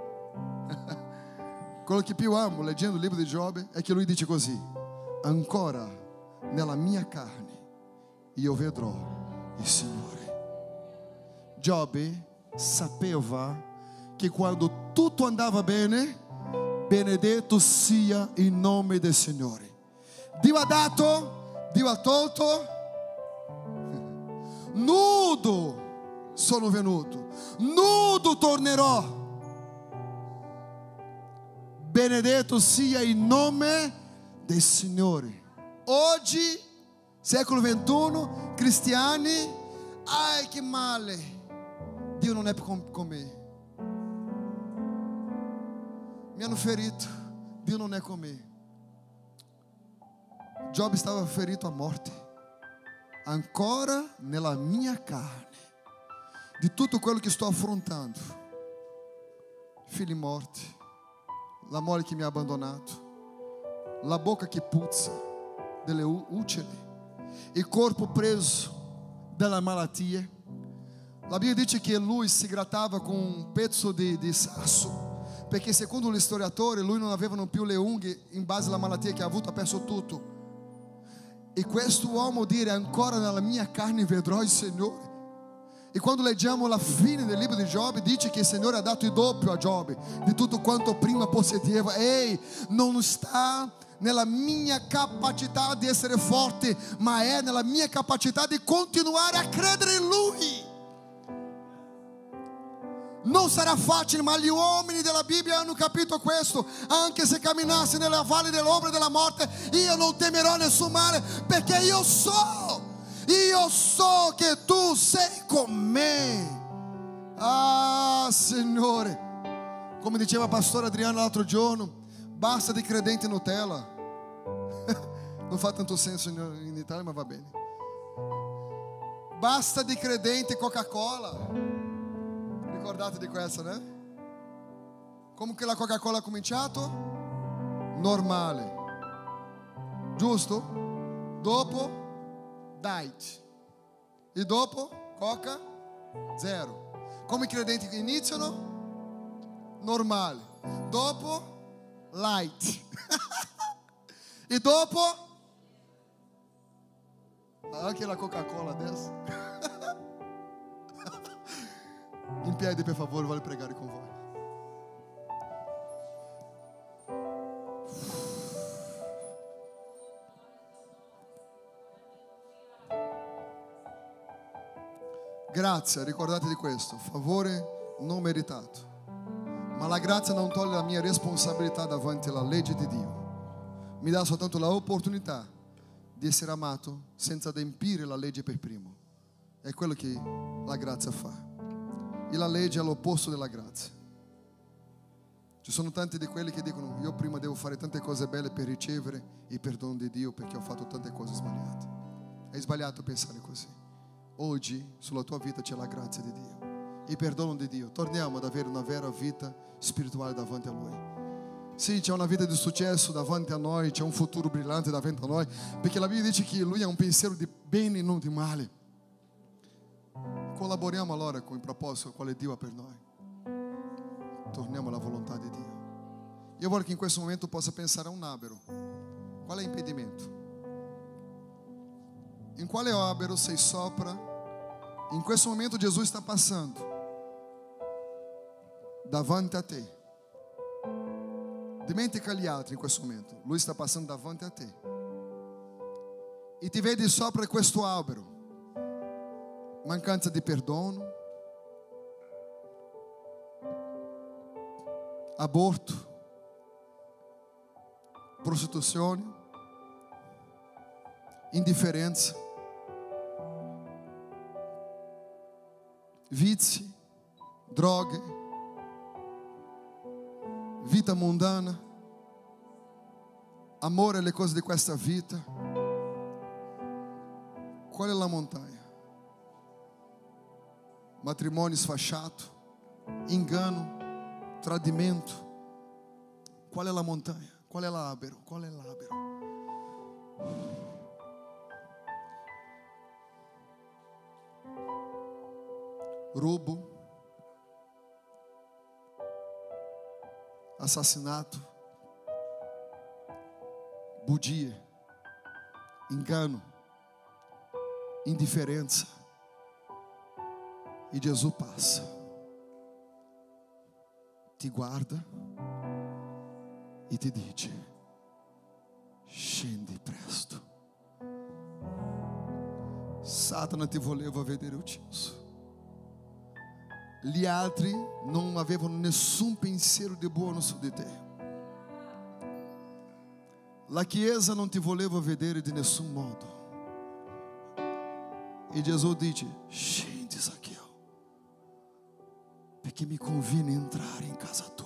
Quello che più amo leggendo il libro di Giobbe è che lui dice così: ancora nella mia carne io vedrò il Signore. Giobbe sapeva che quando tutto andava bene, benedetto sia il nome del Signore. Dio ha dato, Dio ha tolto. Nudo sono venuto, nudo tornerò. Benedetto sia il nome del Signore. Oggi, secolo XXI, cristiani, ai che male, Dio non è con me. Mi hanno ferito, Dio non è con me. Giobbe stava ferito a morte. Ancora nella mia carne, di tutto quello che sto affrontando, figli morti, la moglie che mi ha abbandonato, la bocca che puzza delle uccelli, il corpo preso dalla malattia. La Bibbia dice che lui si grattava con un pezzo di sasso, perché secondo gli storiatori lui non aveva più le unghie in base alla malattia che ha avuto, ha perso tutto. E questo uomo dire: ancora nella mia carne vedrò il Signore. E quando leggiamo la fine del libro di Giobbe, dice che il Signore ha dato il doppio a Giobbe di tutto quanto prima possedeva. Ehi, non sta nella mia capacità di essere forte, ma è nella mia capacità di continuare a credere in Lui. Non sarà facile, ma gli uomini della Bibbia hanno capito questo. Anche se camminassi nella valle dell'ombra della morte, io non temerò nessun male, perché io so che tu sei con me. Ah, Signore, come diceva Pastore Adriano l'altro giorno, Basta di credente Nutella. Non fa tanto senso in Italia, ma va bene. Basta di credente Coca-Cola. Ricordate di questa, né? Come che la Coca-Cola ha cominciato? Normale. Giusto? Dopo Diet. E dopo Coca zero. Come i credenti che iniziano? Normale. Dopo Light. E dopo anche la Coca-Cola adesso. In piedi per favore, voglio pregare con voi. Grazia, ricordate di questo, favore non meritato. Ma la grazia non toglie la mia responsabilità davanti alla legge di Dio. Mi dà soltanto l'opportunità di essere amato senza adempiere la legge per primo. È quello che la grazia fa. E la legge è l'opposto della grazia. Ci sono tanti di quelli che dicono: io prima devo fare tante cose belle per ricevere il perdono di Dio perché ho fatto tante cose sbagliate. È sbagliato pensare così. Oggi sulla tua vita c'è la grazia di Dio, il perdono di Dio. Torniamo ad avere una vera vita spirituale davanti a Lui. Sì, c'è una vita di successo davanti a noi, c'è un futuro brillante davanti a noi, perché la Bibbia dice che Lui ha un pensiero di bene e non di male. Collaboriamo allora con il proposito quale Dio ha per noi. Torniamo alla volontà di Dio. Io voglio che in questo momento possa pensare a un albero. Qual è l'impedimento? In quale albero sei sopra? In questo momento Gesù sta passando davanti a te. Dimentica gli altri in questo momento. Lui sta passando davanti a te. E ti vedi sopra questo albero. Mancanza di perdono, aborto, prostituzione, indifferenza, vizi, droghe, vita mondana, amore alle cose di questa vita. Qual è la montagna? Matrimônio sfasciato, engano, tradimento. Qual è la montagna? Qual è l'albero? Qual è l'albero? Roubo, assassinato, bugia, engano, indiferença. E Jesus passa, ti guarda e ti dice: scendi presto. Satana ti voleva vedere ucciso. Gli altri non avevano nessun pensiero di buono su di te. La Chiesa non ti voleva vedere di nessun modo. E Gesù dice: scendi, Zaccheo, perché mi conviene entrare in casa tua.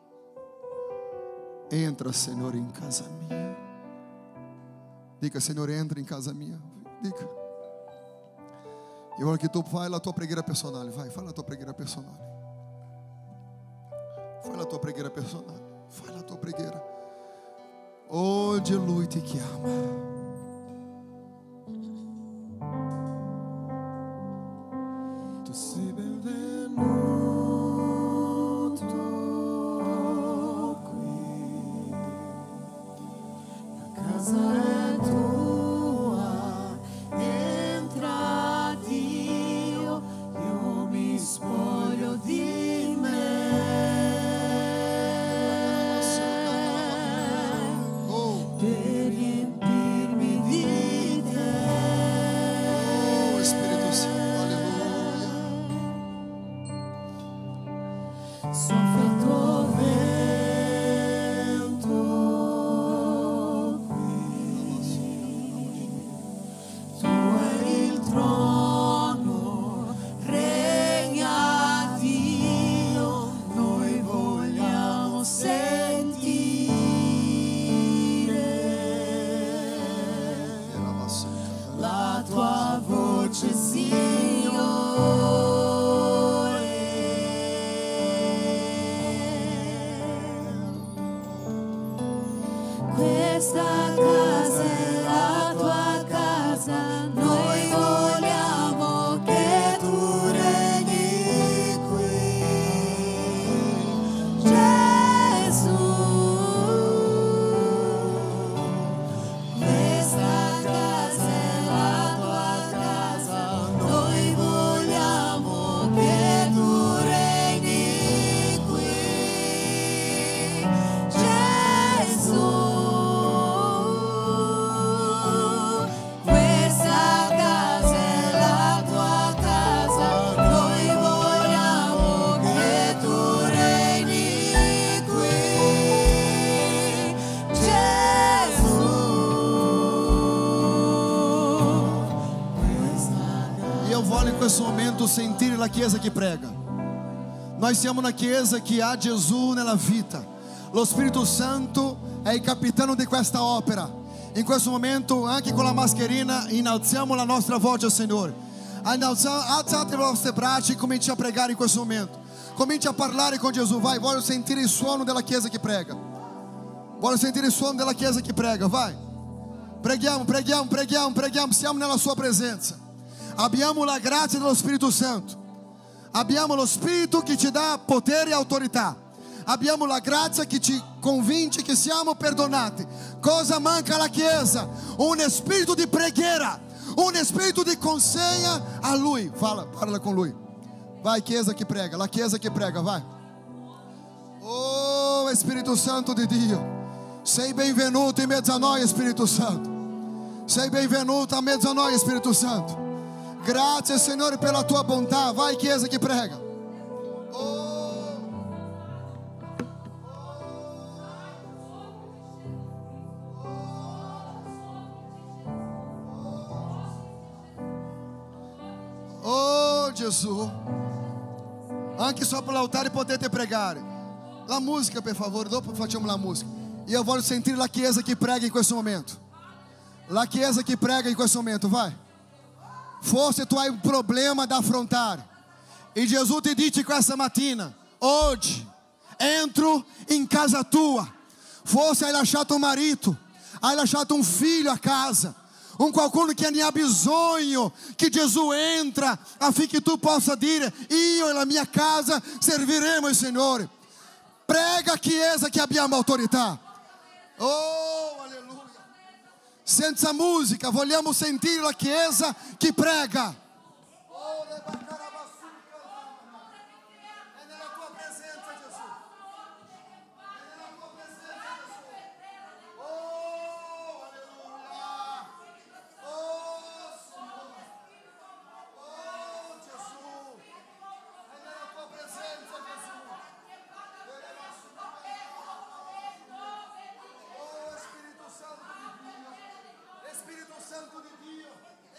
Entra, Signore, in casa mia. Dica: Signore, entra in casa mia. Dica. Io voglio che tu fai la tua preghiera personale. Vai, fai la tua preghiera personale. Fai la tua preghiera personale. Fai la tua preghiera. Oggi Lui ti chiama. tua voce, Signore. Questa casa è la tua casa, noi vogliamo che tu regni qui, Gesù. Questa casa è la tua casa, noi vogliamo che tu regni qui, Gesù. Questa casa è la tua casa, noi vogliamo che tu regni qui, Gesù. Io voglio in questo momento sentire la chiesa che prega. Noi siamo una chiesa che ha Gesù nella vita. Lo Spirito Santo è il capitano di questa opera. In questo momento, anche con la mascherina, innalziamo la nostra voce al Signore. Alzate le vostre braccia e cominci a pregare in questo momento. Cominci a parlare con Gesù. Vai, voglio sentire il suono della chiesa che prega. Voglio sentire il suono della chiesa che prega. Vai. Preghiamo, preghiamo, preghiamo, preghiamo. Siamo nella sua presenza. Abbiamo la grazia dello Spirito Santo. Abbiamo lo Spirito che ci dà potere e autorità. Abbiamo la grazia che ci convince che siamo perdonati. Cosa manca alla Chiesa? Un spirito di preghiera, un spirito di consegna a Lui. Parla con Lui. Vai, Chiesa che prega, la Chiesa che prega, vai. Oh, Spirito Santo di Dio, sei benvenuto in mezzo a noi, Spirito Santo. Sei benvenuto in mezzo a noi, Spirito Santo. Grazie, Signore, per la tua bontà. Vai, Chiesa che prega. Oh, Gesù. Anche sopra l'altare potete pregare. La musica, per favore, dopo facciamo la musica. Io voglio sentire la Chiesa che prega in questo momento. La Chiesa che prega in questo momento, vai. Forse tu hai un problema da affrontare e Gesù ti dice questa mattina: oggi entro in casa tua. Forse hai lasciato un marito, hai lasciato un figlio a casa, un qualcuno che ne ha bisogno che Gesù entra affinché tu possa dire: io e la mia casa serviremo il Signore. Prega, Chiesa, che abbiamo autorità. Oh, alleluia. Senza musica, vogliamo sentire la Chiesa che prega. Oh, è nella tua presenza, Gesù. È nella tua presenza, Gesù. Oh, alleluia. Oh, Signore. Oh, Gesù. È nella tua presenza, Gesù. Oh, Spirito Santo di Dio. Spirito Santo di Dio,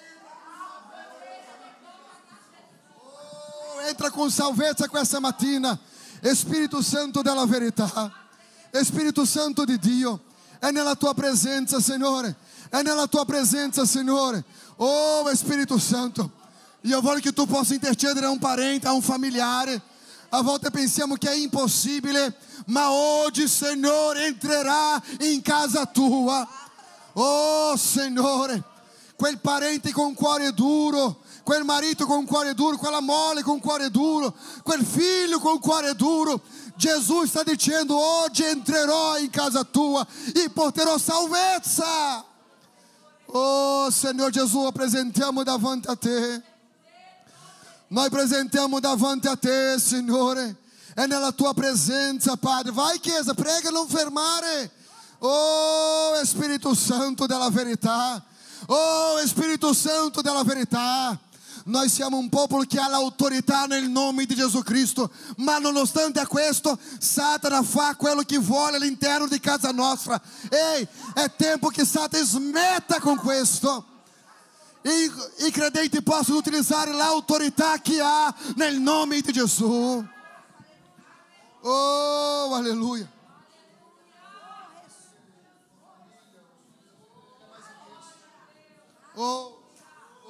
entra con salvezza questa mattina. Spirito Santo della verità, Spirito Santo di Dio, è nella tua presenza, Signore. È nella tua presenza, Signore. Oh, Spirito Santo, io voglio che tu possa intercedere a un parente, a un familiare. A volte pensiamo che è impossibile, ma oggi il Signore entrerà in casa tua. Oh, Signore, quel parente con cuore duro, quel marito con cuore duro, quella moglie con cuore duro, quel figlio con cuore duro, Gesù sta dicendo: oggi entrerò in casa tua e porterò salvezza. Oh, Signore Gesù, apresentiamo davanti a te. Noi presentiamo davanti a te, Signore. È nella tua presenza, Padre. Vai, Chiesa, prega, non fermare. Oh, Spirito Santo della verità. Oh, Spirito Santo della verità. Noi siamo un popolo che ha l'autorità nel nome di Gesù Cristo, ma nonostante a questo Satana fa quello che vuole all'interno di casa nostra. Ehi, è tempo che Satana smetta con questo. I credenti possono utilizzare l'autorità che ha nel nome di Gesù. Oh, alleluia. Oh,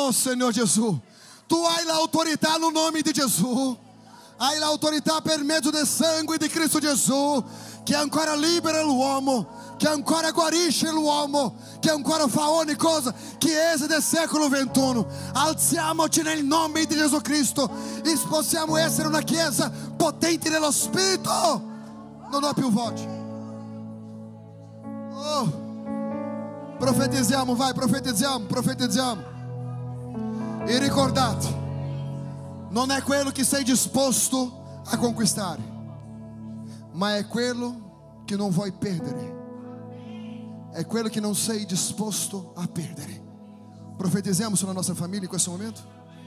Oh, Senhor Jesus, Tu hai l'autorità no nome de Jesus. Hai l'autorità per mezzo del sangue di Cristo Gesù, che ancora libera l'uomo, che ancora guarisce l'uomo, che ancora fa ogni cosa Chiesa del secolo XXI. Alziamoci nel nome di Gesù Cristo e possiamo essere una Chiesa potente nello Spirito. Non ho più voce. Oh, profetizziamo, vai, profetizziamo. E ricordate, non è quello che sei disposto a conquistare, ma è quello che non vuoi perdere. È quello che non sei disposto a perdere. Profetizziamo sulla nostra famiglia in questo momento.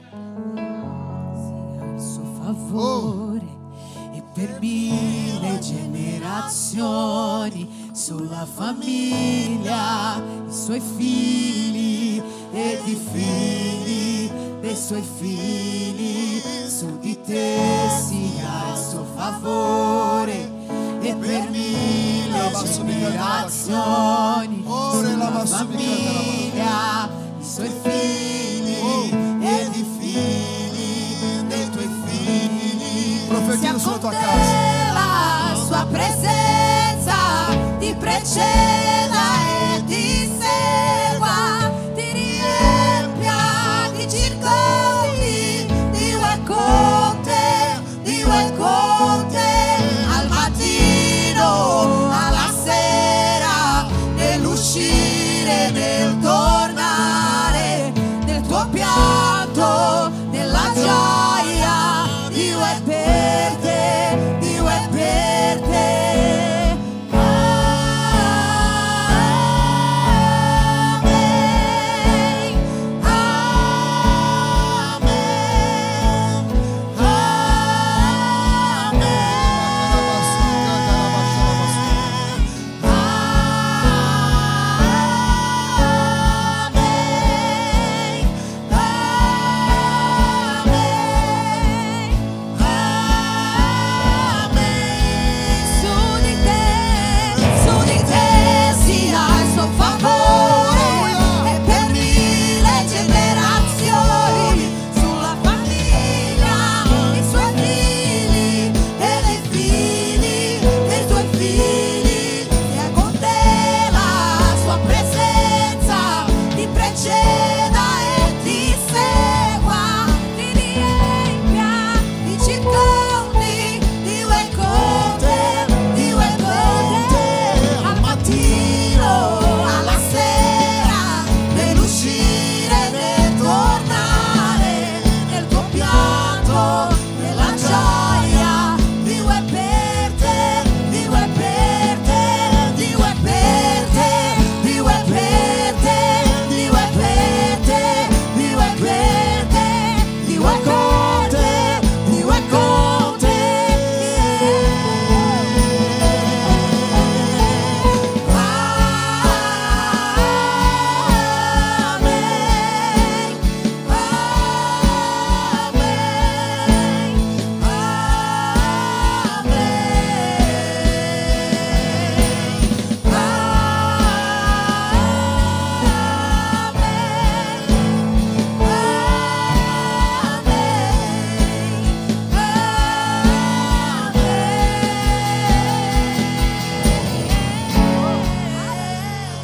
Al suo favore e per 1000 generazioni, sulla famiglia, i suoi figli ed i figli dei suoi figli, su di te sia il suo favore e per 1000 generazioni, sulla famiglia, i suoi figli ed i figli dei tuoi figli. Profetizza sulla tua casa. La sua presenza ti precede.